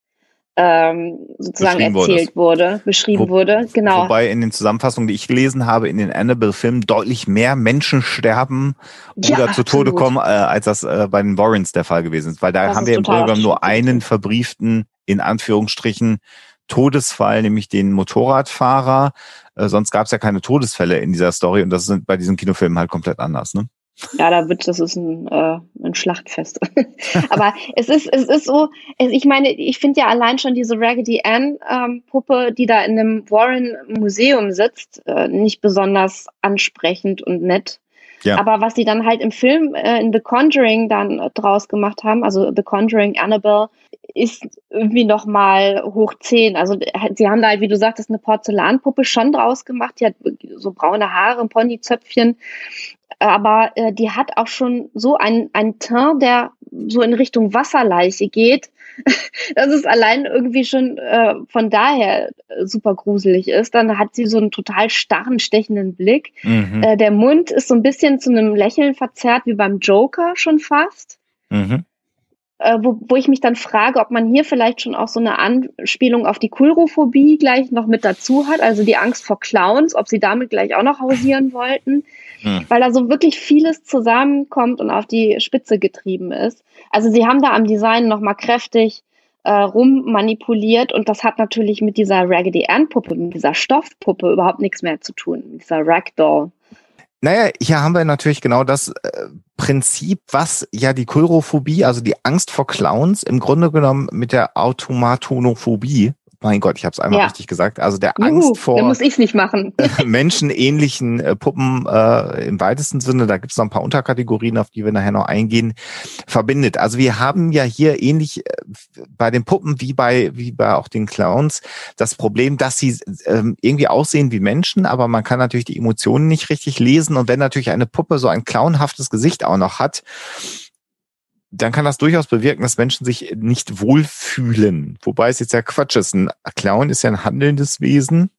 ähm, sozusagen erzählt wurde, beschrieben Wo, wurde. Genau. Wobei in den Zusammenfassungen, die ich gelesen habe, in den Annabelle-Filmen deutlich mehr Menschen sterben ja, oder zu Tode kommen, äh, als das äh, bei den Warrens der Fall gewesen ist. Weil da das haben wir im Grunde genommen nur einen verbrieften, in Anführungsstrichen, Todesfall, nämlich den Motorradfahrer. Äh, sonst gab es ja keine Todesfälle in dieser Story und das ist bei diesen Kinofilmen halt komplett anders, ne? Ja, da wird, das ist ein, äh, ein Schlachtfest. Aber es ist, es ist so, es, ich meine, ich finde ja allein schon diese Raggedy Ann ähm, Puppe, die da in einem Warren Museum sitzt, äh, nicht besonders ansprechend und nett. Ja. Aber was sie dann halt im Film äh, in The Conjuring dann äh, draus gemacht haben, also The Conjuring Annabelle, ist irgendwie nochmal hoch zehn. Also sie haben da halt, wie du sagtest, eine Porzellanpuppe schon draus gemacht. Die hat so braune Haare, ein Ponyzöpfchen. Aber äh, die hat auch schon so ein, ein Teint, der so in Richtung Wasserleiche geht, dass es allein irgendwie schon äh, von daher super gruselig ist. Dann hat sie so einen total starren, stechenden Blick. Mhm. Äh, der Mund ist so ein bisschen zu einem Lächeln verzerrt, wie beim Joker schon fast. Mhm. Äh, wo, wo ich mich dann frage, ob man hier vielleicht schon auch so eine Anspielung auf die Coulrophobie gleich noch mit dazu hat, also die Angst vor Clowns, ob sie damit gleich auch noch hausieren wollten. Hm. Weil da so wirklich vieles zusammenkommt und auf die Spitze getrieben ist. Also sie haben da am Design nochmal kräftig äh, rummanipuliert und das hat natürlich mit dieser Raggedy Ann Puppe, mit dieser Stoffpuppe überhaupt nichts mehr zu tun, mit dieser Ragdoll. Naja, hier haben wir natürlich genau das äh, Prinzip, was ja die Coulrophobie, also die Angst vor Clowns, im Grunde genommen mit der Automatonophobie mein Gott, ich habe es einmal Ja. richtig gesagt, also der Juhu, Angst vor dann muss ich's nicht machen. menschenähnlichen äh, Puppen äh, im weitesten Sinne, da gibt es noch ein paar Unterkategorien, auf die wir nachher noch eingehen, verbindet. Also wir haben ja hier ähnlich äh, bei den Puppen wie bei wie bei auch den Clowns das Problem, dass sie ähm, irgendwie aussehen wie Menschen, aber man kann natürlich die Emotionen nicht richtig lesen. Und wenn natürlich eine Puppe so ein clownhaftes Gesicht auch noch hat, dann kann das durchaus bewirken, dass Menschen sich nicht wohlfühlen. Wobei es jetzt ja Quatsch ist. Ein Clown ist ja ein handelndes Wesen,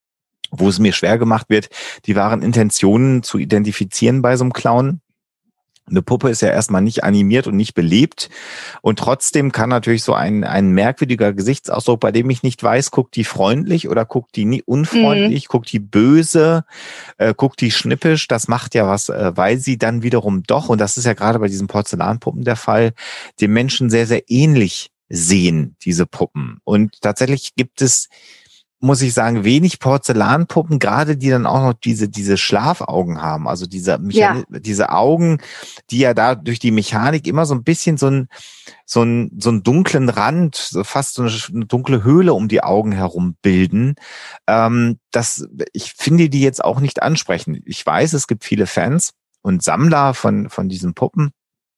wo es mir schwer gemacht wird, die wahren Intentionen zu identifizieren bei so einem Clown. Eine Puppe ist ja erstmal nicht animiert und nicht belebt. Und trotzdem kann natürlich so ein, ein merkwürdiger Gesichtsausdruck, bei dem ich nicht weiß, guckt die freundlich oder guckt die nie unfreundlich, mhm. guckt die böse, äh, guckt die schnippisch. Das macht ja was, äh, weil sie dann wiederum doch, und das ist ja gerade bei diesen Porzellanpuppen der Fall, dem Menschen sehr, sehr ähnlich sehen, diese Puppen. Und tatsächlich gibt es, muss ich sagen, wenig Porzellanpuppen, gerade die dann auch noch diese diese Schlafaugen haben, also diese Mechan- ja. diese Augen, die ja da durch die Mechanik immer so ein bisschen so ein so ein so einen dunklen Rand, so fast so eine, eine dunkle Höhle um die Augen herum bilden. Ähm, das, ich finde die jetzt auch nicht ansprechend. Ich weiß, es gibt viele Fans und Sammler von von diesen Puppen.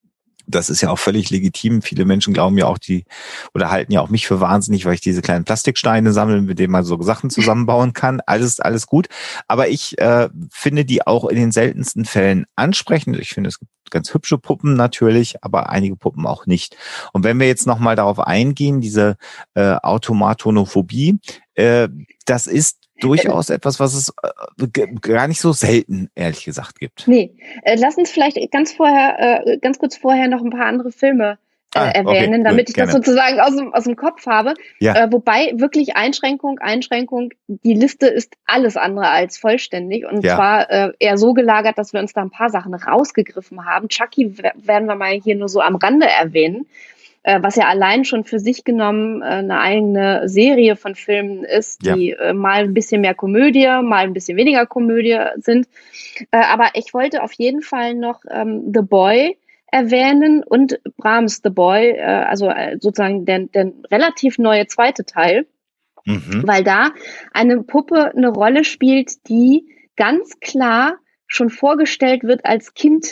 Das ist ja auch völlig legitim. Viele Menschen glauben ja auch, die oder halten ja auch mich für wahnsinnig, weil ich diese kleinen Plastiksteine sammle, mit denen man so Sachen zusammenbauen kann. Alles, alles gut. Aber ich äh, finde die auch in den seltensten Fällen ansprechend. Ich finde, es gibt ganz hübsche Puppen natürlich, aber einige Puppen auch nicht. Und wenn wir jetzt nochmal darauf eingehen, diese äh, Automatonophobie, äh, das ist durchaus etwas, was es äh, g- gar nicht so selten, ehrlich gesagt, gibt. Nee, äh, lass uns vielleicht ganz vorher, äh, ganz kurz vorher noch ein paar andere Filme äh, ah, erwähnen, okay, damit gut, ich gerne. das sozusagen aus dem, aus dem Kopf habe. Ja. Äh, wobei wirklich Einschränkung, Einschränkung, die Liste ist alles andere als vollständig und ja. zwar äh, eher so gelagert, dass wir uns da ein paar Sachen rausgegriffen haben. Chucky w- werden wir mal hier nur so am Rande erwähnen, äh, was ja allein schon für sich genommen äh, eine eigene Serie von Filmen ist, die ja. äh, mal ein bisschen mehr Komödie, mal ein bisschen weniger Komödie sind. Äh, aber ich wollte auf jeden Fall noch ähm, The Boy erwähnen und Brahms The Boy, äh, also äh, sozusagen der, der relativ neue zweite Teil, mhm. weil da eine Puppe eine Rolle spielt, die ganz klar schon vorgestellt wird als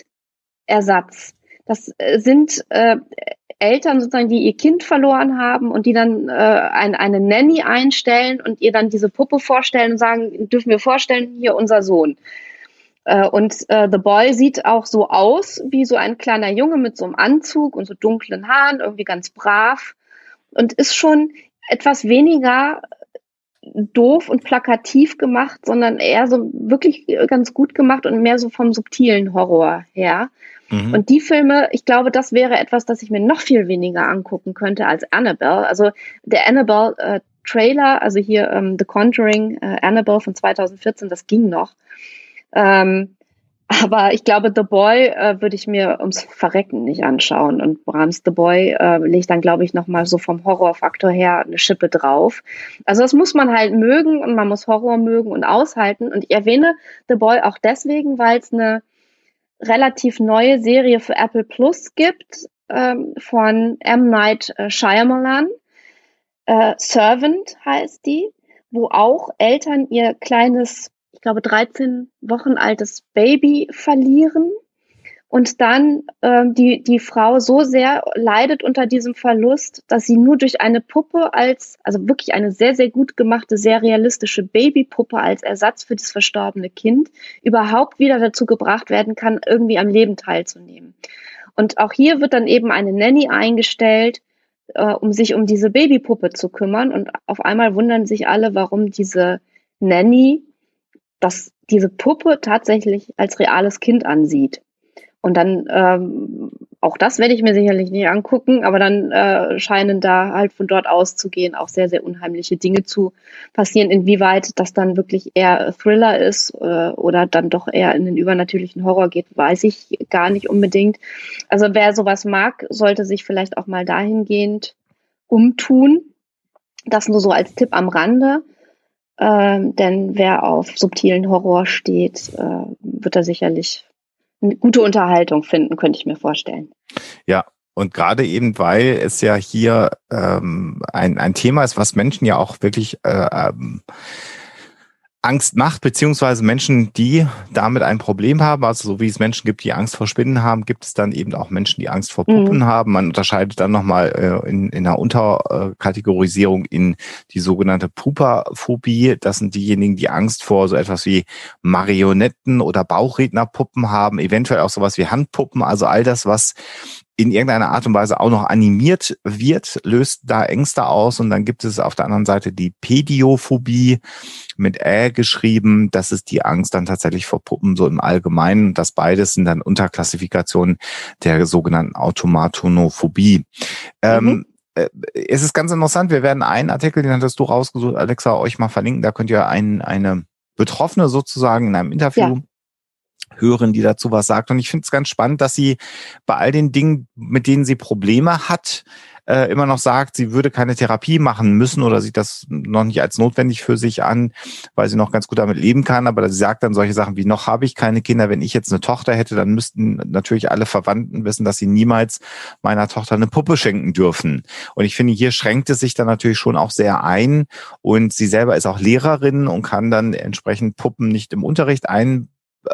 Kindersatz. Das äh, sind äh, Eltern sozusagen, die ihr Kind verloren haben und die dann äh, ein, eine Nanny einstellen und ihr dann diese Puppe vorstellen und sagen, dürfen wir vorstellen, hier unser Sohn. Äh, und äh, The Boy sieht auch so aus wie so ein kleiner Junge mit so einem Anzug und so dunklen Haaren, irgendwie ganz brav und ist schon etwas weniger doof und plakativ gemacht, sondern eher so wirklich ganz gut gemacht und mehr so vom subtilen Horror her. Mhm. Und die Filme, ich glaube, das wäre etwas, das ich mir noch viel weniger angucken könnte als Annabelle. Also der Annabelle-Trailer, äh, also hier ähm, The Conjuring, äh, Annabelle von zweitausendvierzehn, das ging noch. Ähm, aber ich glaube, The Boy äh, würde ich mir ums Verrecken nicht anschauen. Und Brahms The Boy äh, legt dann, glaube ich, nochmal so vom Horrorfaktor her eine Schippe drauf. Also das muss man halt mögen und man muss Horror mögen und aushalten. Und ich erwähne The Boy auch deswegen, weil es eine relativ neue Serie für Apple Plus gibt ähm, von M. Night Shyamalan. Äh, Servant heißt die, wo auch Eltern ihr kleines, ich glaube dreizehn Wochen altes Baby verlieren und dann ähm, die die Frau so sehr leidet unter diesem Verlust, dass sie nur durch eine Puppe als, also wirklich eine sehr, sehr gut gemachte, sehr realistische Babypuppe als Ersatz für das verstorbene Kind überhaupt wieder dazu gebracht werden kann, irgendwie am Leben teilzunehmen. Und auch hier wird dann eben eine Nanny eingestellt, äh, um sich um diese Babypuppe zu kümmern. Und auf einmal wundern sich alle, warum diese Nanny dass diese Puppe tatsächlich als reales Kind ansieht. Und dann, ähm, auch das werde ich mir sicherlich nicht angucken, aber dann äh, scheinen da halt von dort auszugehen auch sehr, sehr unheimliche Dinge zu passieren. Inwieweit das dann wirklich eher Thriller ist äh, oder dann doch eher in den übernatürlichen Horror geht, weiß ich gar nicht unbedingt. Also wer sowas mag, sollte sich vielleicht auch mal dahingehend umtun. Das nur so als Tipp am Rande. Ähm, denn wer auf subtilen Horror steht, äh, wird da sicherlich eine gute Unterhaltung finden, könnte ich mir vorstellen. Ja, Und gerade eben, weil es ja hier ähm, ein, ein Thema ist, was Menschen ja auch wirklich äh, ähm, Angst macht, beziehungsweise Menschen, die damit ein Problem haben, also so wie es Menschen gibt, die Angst vor Spinnen haben, gibt es dann eben auch Menschen, die Angst vor Puppen mhm. haben. Man unterscheidet dann nochmal äh, in, in einer Unterkategorisierung in die sogenannte Pupaphobie. Das sind diejenigen, die Angst vor so etwas wie Marionetten oder Bauchrednerpuppen haben, eventuell auch sowas wie Handpuppen, also all das, was in irgendeiner Art und Weise auch noch animiert wird, löst da Ängste aus. Und dann gibt es auf der anderen Seite die Pädiophobie mit Ä geschrieben. Das ist die Angst dann tatsächlich vor Puppen so im Allgemeinen. Das beides sind dann Unterklassifikationen der sogenannten Automatonophobie. Mhm. Ähm, es ist ganz interessant. Wir werden einen Artikel, den hattest du rausgesucht, Alexa, euch mal verlinken. Da könnt ihr ein, eine Betroffene sozusagen in einem Interview ja. hören, die dazu was sagt. Und ich finde es ganz spannend, dass sie bei all den Dingen, mit denen sie Probleme hat, äh, immer noch sagt, sie würde keine Therapie machen müssen oder sieht das noch nicht als notwendig für sich an, weil sie noch ganz gut damit leben kann. Aber sie sagt dann solche Sachen wie, noch habe ich keine Kinder. Wenn ich jetzt eine Tochter hätte, dann müssten natürlich alle Verwandten wissen, dass sie niemals meiner Tochter eine Puppe schenken dürfen. Und ich finde, hier schränkt es sich dann natürlich schon auch sehr ein. Und sie selber ist auch Lehrerin und kann dann entsprechend Puppen nicht im Unterricht ein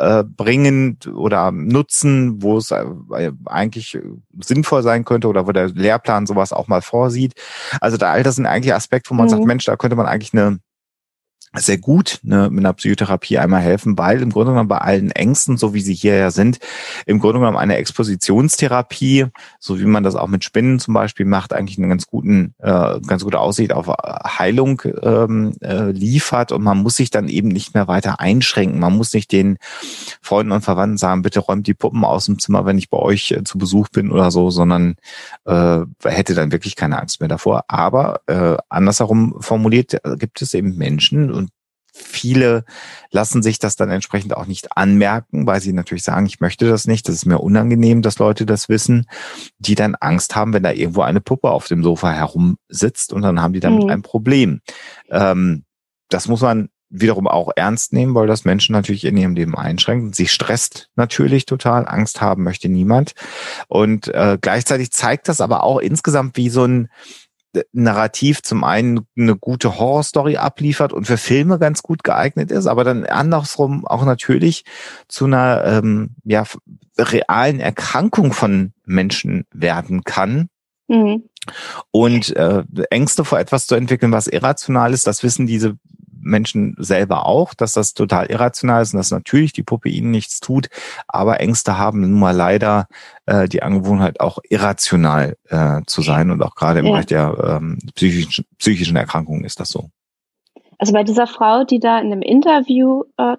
bringen oder nutzen, wo es eigentlich sinnvoll sein könnte oder wo der Lehrplan sowas auch mal vorsieht. Also da all das sind eigentlich Aspekte, wo man mhm. sagt, Mensch, da könnte man eigentlich eine sehr gut ne, mit einer Psychotherapie einmal helfen, weil im Grunde genommen bei allen Ängsten, so wie sie hier ja sind, im Grunde genommen eine Expositionstherapie, so wie man das auch mit Spinnen zum Beispiel macht, eigentlich einen ganz guten, äh, ganz gute Aussicht auf Heilung ähm, äh, liefert und man muss sich dann eben nicht mehr weiter einschränken. Man muss nicht den Freunden und Verwandten sagen, bitte räumt die Puppen aus dem Zimmer, wenn ich bei euch äh, zu Besuch bin oder so, sondern äh, hätte dann wirklich keine Angst mehr davor. Aber äh, andersherum formuliert, gibt es eben Menschen, und viele lassen sich das dann entsprechend auch nicht anmerken, weil sie natürlich sagen, ich möchte das nicht, das ist mir unangenehm, dass Leute das wissen, die dann Angst haben, wenn da irgendwo eine Puppe auf dem Sofa herumsitzt und dann haben die damit mhm. ein Problem. Ähm, das muss man wiederum auch ernst nehmen, weil das Menschen natürlich in ihrem Leben einschränkt. Sie stresst natürlich total, Angst haben möchte niemand. Und äh, gleichzeitig zeigt das aber auch insgesamt, wie so ein Narrativ zum einen eine gute Horrorstory abliefert und für Filme ganz gut geeignet ist, aber dann andersrum auch natürlich zu einer ähm, ja realen Erkrankung von Menschen werden kann. Mhm. Und äh, Ängste vor etwas zu entwickeln, was irrational ist, das wissen diese Menschen selber auch, dass das total irrational ist und dass natürlich die Puppe ihnen nichts tut, aber Ängste haben nun mal leider äh, die Angewohnheit, auch irrational äh, zu sein und auch gerade im ja. Bereich der ähm, psychischen, psychischen Erkrankungen ist das so. Also bei dieser Frau, die da in einem Interview äh,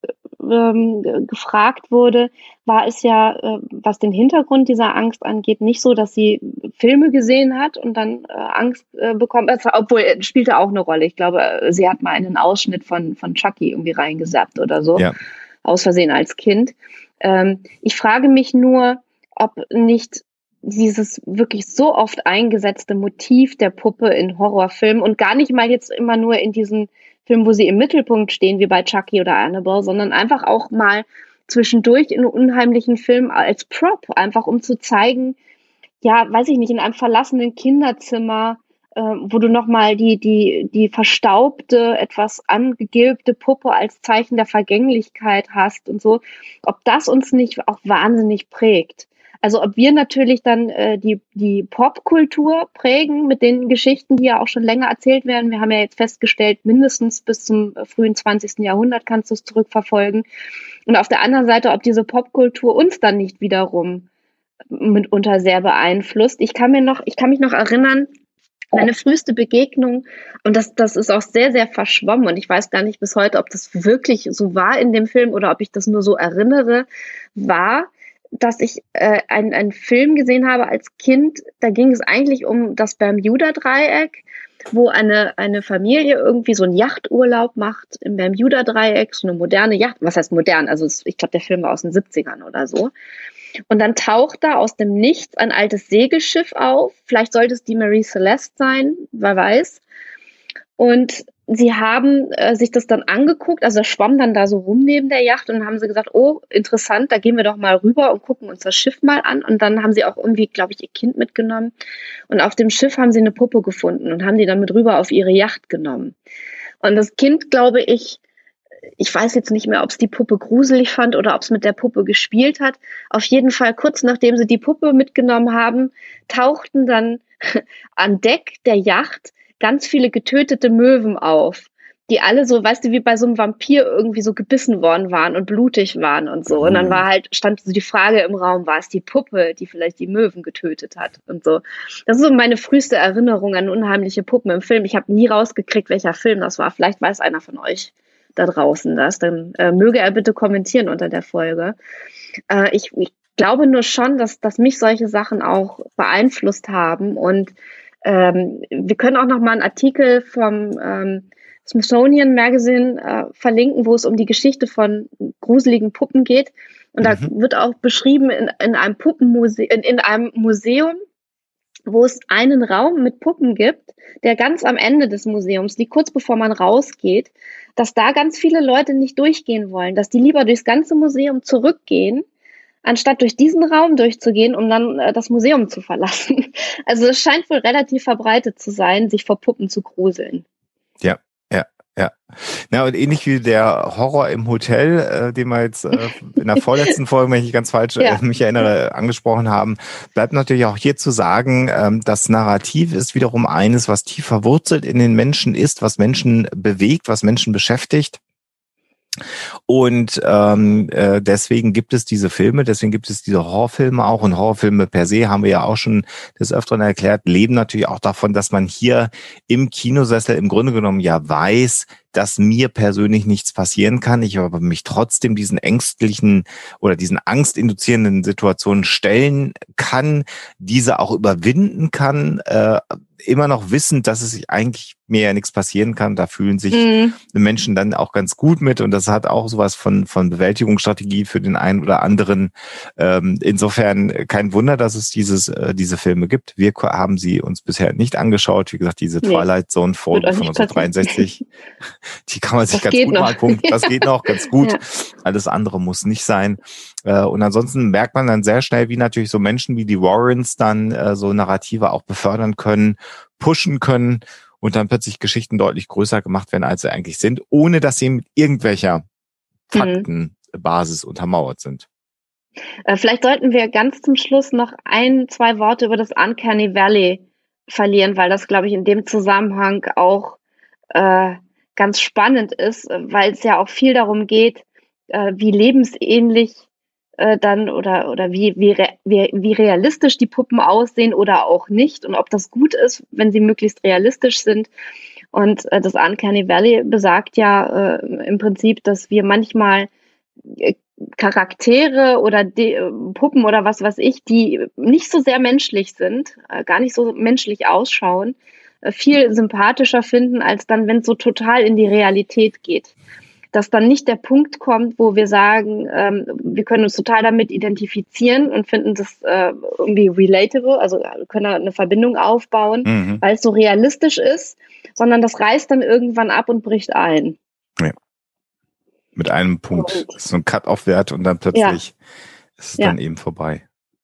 ähm, gefragt wurde, war es ja, äh, was den Hintergrund dieser Angst angeht, nicht so, dass sie Filme gesehen hat und dann äh, Angst äh, bekommen, also, obwohl es spielte auch eine Rolle. Ich glaube, sie hat mal einen Ausschnitt von, von Chucky irgendwie reingesappt oder so, ja. aus Versehen als Kind. Ähm, ich frage mich nur, ob nicht dieses wirklich so oft eingesetzte Motiv der Puppe in Horrorfilmen und gar nicht mal jetzt immer nur in diesen Filmen, wo sie im Mittelpunkt stehen, wie bei Chucky oder Annabelle, sondern einfach auch mal zwischendurch in unheimlichen Filmen als Prop, einfach um zu zeigen, ja, weiß ich nicht, in einem verlassenen Kinderzimmer, äh, wo du nochmal die, die, die verstaubte, etwas angegilbte Puppe als Zeichen der Vergänglichkeit hast und so, ob das uns nicht auch wahnsinnig prägt. Also ob wir natürlich dann äh, die, die Popkultur prägen mit den Geschichten, die ja auch schon länger erzählt werden. Wir haben ja jetzt festgestellt, mindestens bis zum frühen zwanzigsten Jahrhundert kannst du es zurückverfolgen. Und auf der anderen Seite, ob diese Popkultur uns dann nicht wiederum mitunter sehr beeinflusst. Ich kann mir noch, ich kann mich noch erinnern, meine früheste Begegnung, und das, das ist auch sehr, sehr verschwommen und ich weiß gar nicht bis heute, ob das wirklich so war in dem Film oder ob ich das nur so erinnere, war, dass ich äh, einen, einen Film gesehen habe als Kind, da ging es eigentlich um das Bermuda-Dreieck, wo eine, eine Familie irgendwie so einen Yachturlaub macht im Bermuda-Dreieck, so eine moderne Yacht, was heißt modern, also ich glaube, der Film war aus den siebzigern oder so. Und dann taucht da aus dem Nichts ein altes Segelschiff auf, vielleicht sollte es die Marie Celeste sein, wer weiß. Und sie haben äh, sich das dann angeguckt, also das schwamm dann da so rum neben der Yacht und dann haben sie gesagt, oh, interessant, da gehen wir doch mal rüber und gucken uns das Schiff mal an. Und dann haben sie auch irgendwie, glaube ich, ihr Kind mitgenommen. Und auf dem Schiff haben sie eine Puppe gefunden und haben die dann mit rüber auf ihre Yacht genommen. Und das Kind, glaube ich, ich weiß jetzt nicht mehr, ob es die Puppe gruselig fand oder ob es mit der Puppe gespielt hat. Auf jeden Fall, kurz nachdem sie die Puppe mitgenommen haben, tauchten dann an Deck der Yacht ganz viele getötete Möwen auf, die alle so, weißt du, wie bei so einem Vampir irgendwie so gebissen worden waren und blutig waren und so. Und dann war halt, stand so die Frage im Raum, war es die Puppe, die vielleicht die Möwen getötet hat und so. Das ist so meine früheste Erinnerung an unheimliche Puppen im Film. Ich habe nie rausgekriegt, welcher Film das war. Vielleicht weiß einer von euch da draußen das. Dann äh, möge er bitte kommentieren unter der Folge. Äh, ich, ich glaube nur schon, dass, dass mich solche Sachen auch beeinflusst haben und Ähm, wir können auch noch mal einen Artikel vom ähm, Smithsonian Magazine äh, verlinken, wo es um die Geschichte von gruseligen Puppen geht. Und da mhm. wird auch beschrieben in, in einem Puppenmuseum, in, in einem Museum, wo es einen Raum mit Puppen gibt, der ganz am Ende des Museums, die kurz bevor man rausgeht, dass da ganz viele Leute nicht durchgehen wollen, dass die lieber durchs ganze Museum zurückgehen, anstatt durch diesen Raum durchzugehen, um dann äh, das Museum zu verlassen. Also es scheint wohl relativ verbreitet zu sein, sich vor Puppen zu gruseln. Ja, ja, ja. Na, und ähnlich wie der Horror im Hotel, äh, den wir jetzt äh, in der vorletzten Folge, wenn ich ganz falsch ja. äh, mich erinnere, angesprochen haben, bleibt natürlich auch hier zu sagen, ähm, das Narrativ ist wiederum eines, was tief verwurzelt in den Menschen ist, was Menschen bewegt, was Menschen beschäftigt. Und ähm, äh, deswegen gibt es diese Filme, deswegen gibt es diese Horrorfilme auch. Und Horrorfilme per se, haben wir ja auch schon des Öfteren erklärt, leben natürlich auch davon, dass man hier im Kinosessel im Grunde genommen ja weiß, dass mir persönlich nichts passieren kann, ich aber mich trotzdem diesen ängstlichen oder diesen angstinduzierenden Situationen stellen kann, diese auch überwinden kann, äh, immer noch wissend, dass es sich eigentlich mir ja nichts passieren kann. Da fühlen sich mhm. Menschen dann auch ganz gut mit und das hat auch sowas von von Bewältigungsstrategie für den einen oder anderen. Ähm, insofern kein Wunder, dass es dieses äh, diese Filme gibt. Wir haben sie uns bisher nicht angeschaut. Wie gesagt, diese nee. Twilight Zone Folge von neunzehnhundertdreiundsechzig, die kann man sich das ganz gut mal angucken. Das geht noch ganz gut. Ja. Alles andere muss nicht sein. Äh, und ansonsten merkt man dann sehr schnell, wie natürlich so Menschen wie die Warrens dann äh, so Narrative auch befördern können, pushen können und dann plötzlich Geschichten deutlich größer gemacht werden, als sie eigentlich sind, ohne dass sie mit irgendwelcher Faktenbasis mhm. untermauert sind. Äh, vielleicht sollten wir ganz zum Schluss noch ein, zwei Worte über das Uncanny Valley verlieren, weil das, glaube ich, in dem Zusammenhang auch äh, ganz spannend ist, weil es ja auch viel darum geht, äh, wie lebensähnlich äh, dann oder oder wie, wie wie wie realistisch die Puppen aussehen oder auch nicht und ob das gut ist, wenn sie möglichst realistisch sind. Und äh, das Uncanny Valley besagt ja äh, im Prinzip, dass wir manchmal äh, Charaktere oder die, äh, Puppen oder was weiß ich, die nicht so sehr menschlich sind, äh, gar nicht so menschlich ausschauen, äh, viel sympathischer finden, als dann, wenn es so total in die Realität geht. Dass dann nicht der Punkt kommt, wo wir sagen, ähm, wir können uns total damit identifizieren und finden das äh, irgendwie relatable, also können da eine Verbindung aufbauen, mhm. weil es so realistisch ist, sondern das reißt dann irgendwann ab und bricht ein. Ja. Mit einem Punkt. Und, das ist so ein Cut-Off-Wert und dann plötzlich ja. ist es ja. dann eben vorbei.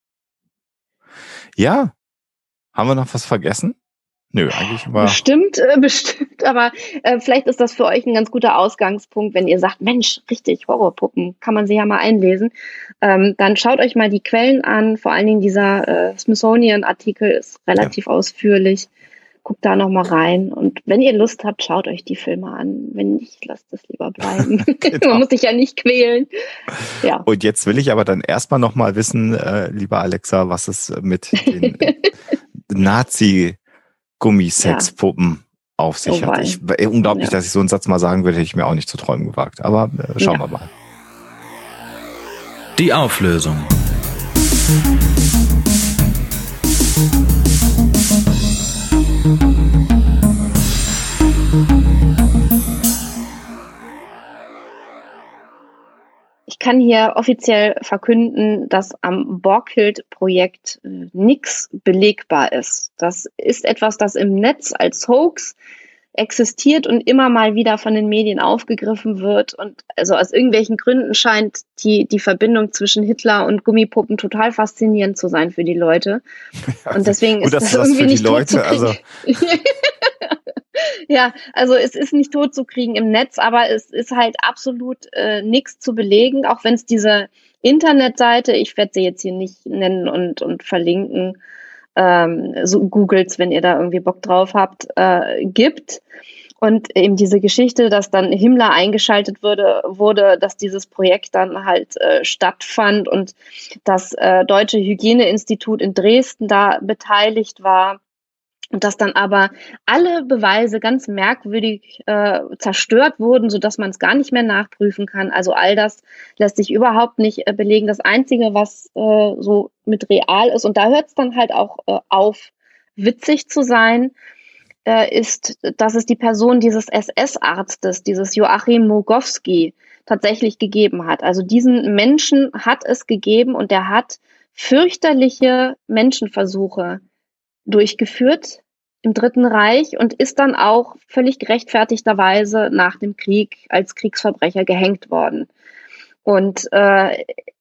Ja. Haben wir noch was vergessen? Nö, eigentlich war... Bestimmt, äh, bestimmt, aber äh, vielleicht ist das für euch ein ganz guter Ausgangspunkt, wenn ihr sagt, Mensch, richtig, Horrorpuppen, kann man sie ja mal einlesen. Ähm, dann schaut euch mal die Quellen an, vor allen Dingen dieser äh, Smithsonian-Artikel ist relativ ja. ausführlich. Guckt da noch mal rein und wenn ihr Lust habt, schaut euch die Filme an. Wenn nicht, lasst es lieber bleiben. Genau. Man muss sich ja nicht quälen. Ja. Und jetzt will ich aber dann erstmal noch mal wissen, äh, lieber Alexa, was es mit den Nazi Gummisexpuppen ja. auf sich oh, hat. Ich, unglaublich, ja. dass ich so einen Satz mal sagen würde, hätte ich mir auch nicht zu träumen gewagt. Aber äh, schauen ja. wir mal. Die Auflösung. Ich kann hier offiziell verkünden, dass am Borghild-Projekt äh, nichts belegbar ist. Das ist etwas, das im Netz als Hoax existiert und immer mal wieder von den Medien aufgegriffen wird. Und also aus irgendwelchen Gründen scheint die, die Verbindung zwischen Hitler und Gummipuppen total faszinierend zu sein für die Leute. Und deswegen Gut, ist das, das irgendwie für die nicht Leute, tot zu kriegen. also Ja, also es ist nicht tot zu kriegen im Netz, aber es ist halt absolut äh, nichts zu belegen, auch wenn es diese Internetseite, ich werde sie jetzt hier nicht nennen und, und verlinken, ähm, so googelt's, wenn ihr da irgendwie Bock drauf habt, äh, gibt. Und eben diese Geschichte, dass dann Himmler eingeschaltet wurde, wurde, dass dieses Projekt dann halt äh, stattfand und das äh, Deutsche Hygieneinstitut in Dresden da beteiligt war. Und dass dann aber alle Beweise ganz merkwürdig äh, zerstört wurden, sodass man es gar nicht mehr nachprüfen kann. Also all das lässt sich überhaupt nicht äh, belegen. Das Einzige, was äh, so mit real ist, und da hört es dann halt auch äh, auf, witzig zu sein, äh, ist, dass es die Person dieses S S-Arztes, dieses Joachim Mogowski, tatsächlich gegeben hat. Also diesen Menschen hat es gegeben und der hat fürchterliche Menschenversuche durchgeführt im Dritten Reich und ist dann auch völlig gerechtfertigterweise nach dem Krieg als Kriegsverbrecher gehängt worden. Und äh,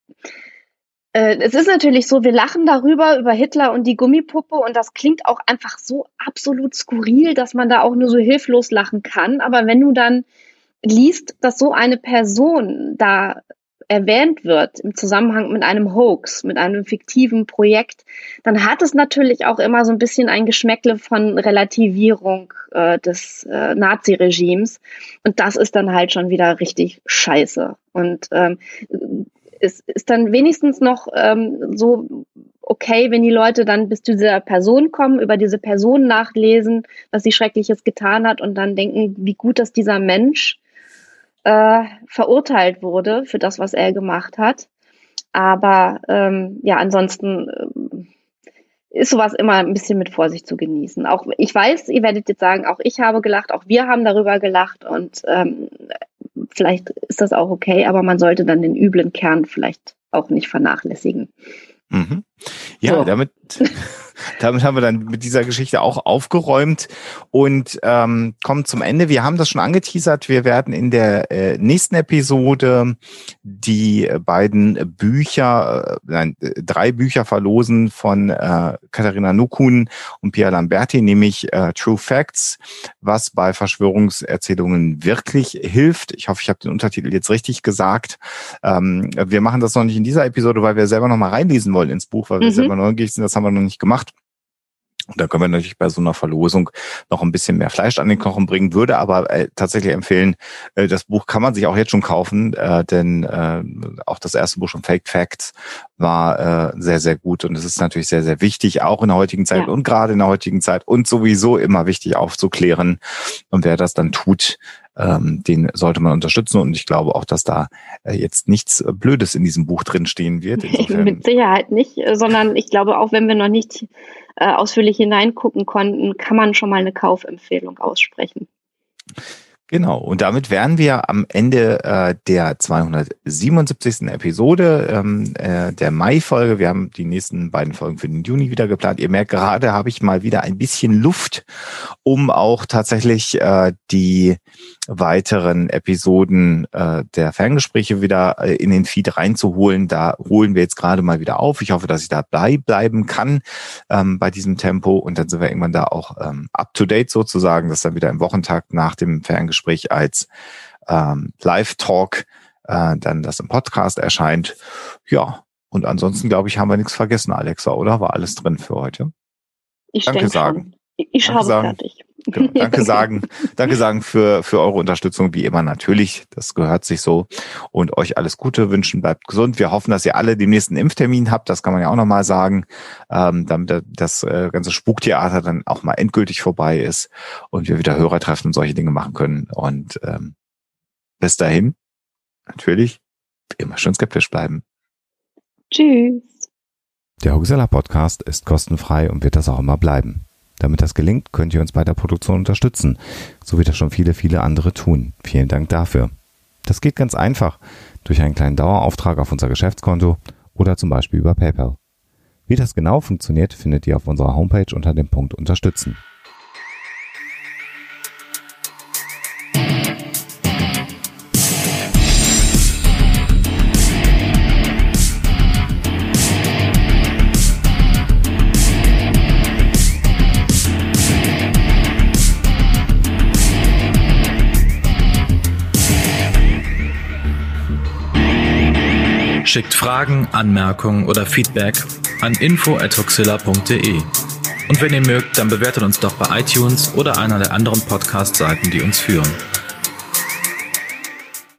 äh, es ist natürlich so, wir lachen darüber, über Hitler und die Gummipuppe, und das klingt auch einfach so absolut skurril, dass man da auch nur so hilflos lachen kann. Aber wenn du dann liest, dass so eine Person da erwähnt wird im Zusammenhang mit einem Hoax, mit einem fiktiven Projekt, dann hat es natürlich auch immer so ein bisschen ein Geschmäckle von Relativierung äh, des äh, Nazi-Regimes. Und das ist dann halt schon wieder richtig scheiße. Und ähm, es ist dann wenigstens noch ähm, so okay, wenn die Leute dann bis zu dieser Person kommen, über diese Person nachlesen, was sie Schreckliches getan hat und dann denken, wie gut, dass dieser Mensch Äh, verurteilt wurde für das, was er gemacht hat. Aber ähm, ja, ansonsten ähm, ist sowas immer ein bisschen mit Vorsicht zu genießen. Auch ich weiß, ihr werdet jetzt sagen, auch ich habe gelacht, auch wir haben darüber gelacht und ähm, vielleicht ist das auch okay, aber man sollte dann den üblen Kern vielleicht auch nicht vernachlässigen. Mhm. Ja, so. damit, damit haben wir dann mit dieser Geschichte auch aufgeräumt und ähm, kommen zum Ende. Wir haben das schon angeteasert. Wir werden in der äh, nächsten Episode die beiden Bücher, äh, nein, drei Bücher verlosen von äh, Katharina Nukun und Pia Lamberti, nämlich äh, True Facts, was bei Verschwörungserzählungen wirklich hilft. Ich hoffe, ich habe den Untertitel jetzt richtig gesagt. Ähm, wir machen das noch nicht in dieser Episode, weil wir selber noch mal reinlesen wollen ins Buch, weil wir mhm. selber neugierig sind. Das haben wir noch nicht gemacht. Und da können wir natürlich bei so einer Verlosung noch ein bisschen mehr Fleisch an den Knochen bringen, würde aber äh, tatsächlich empfehlen, äh, das Buch kann man sich auch jetzt schon kaufen, äh, denn äh, auch das erste Buch schon Fake Facts war äh, sehr, sehr gut und es ist natürlich sehr, sehr wichtig, auch in der heutigen Zeit ja. und gerade in der heutigen Zeit und sowieso immer wichtig aufzuklären. Und wer das dann tut, ähm, den sollte man unterstützen und ich glaube auch, dass da äh, jetzt nichts Blödes in diesem Buch drinstehen wird. Insofern mit Sicherheit nicht, sondern ich glaube auch, wenn wir noch nicht äh, ausführlich hineingucken konnten, kann man schon mal eine Kaufempfehlung aussprechen. Genau, und damit wären wir am Ende äh, der zweihundertsiebenundsiebzigsten Episode ähm, äh, der Mai-Folge. Wir haben die nächsten beiden Folgen für den Juni wieder geplant. Ihr merkt, gerade habe ich mal wieder ein bisschen Luft, um auch tatsächlich äh, die weiteren Episoden äh, der Ferngespräche wieder äh, in den Feed reinzuholen. Da holen wir jetzt gerade mal wieder auf. Ich hoffe, dass ich dabei bleiben kann ähm, bei diesem Tempo und dann sind wir irgendwann da auch ähm, up-to-date sozusagen, dass dann wieder im Wochentakt nach dem Ferngespräch als ähm, Live-Talk äh, dann das im Podcast erscheint. Ja, und ansonsten glaube ich, haben wir nichts vergessen, Alexa, oder? War alles drin für heute? Ich Danke denke sagen. Schon. Ich Danke habe sagen. fertig. Genau, danke sagen, danke sagen für für eure Unterstützung, wie immer natürlich, das gehört sich so und euch alles Gute wünschen, bleibt gesund. Wir hoffen, dass ihr alle den nächsten Impftermin habt, das kann man ja auch nochmal sagen, ähm, damit das äh, ganze Spuktheater dann auch mal endgültig vorbei ist und wir wieder Hörertreffen und solche Dinge machen können und ähm, bis dahin, natürlich, immer schön skeptisch bleiben. Tschüss. Der Huxella Podcast ist kostenfrei und wird das auch immer bleiben. Damit das gelingt, könnt ihr uns bei der Produktion unterstützen, so wie das schon viele, viele andere tun. Vielen Dank dafür. Das geht ganz einfach durch einen kleinen Dauerauftrag auf unser Geschäftskonto oder zum Beispiel über PayPal. Wie das genau funktioniert, findet ihr auf unserer Homepage unter dem Punkt Unterstützen. Schickt Fragen, Anmerkungen oder Feedback an info at huxilla punkt de. Und wenn ihr mögt, dann bewertet uns doch bei iTunes oder einer der anderen Podcast-Seiten, die uns führen.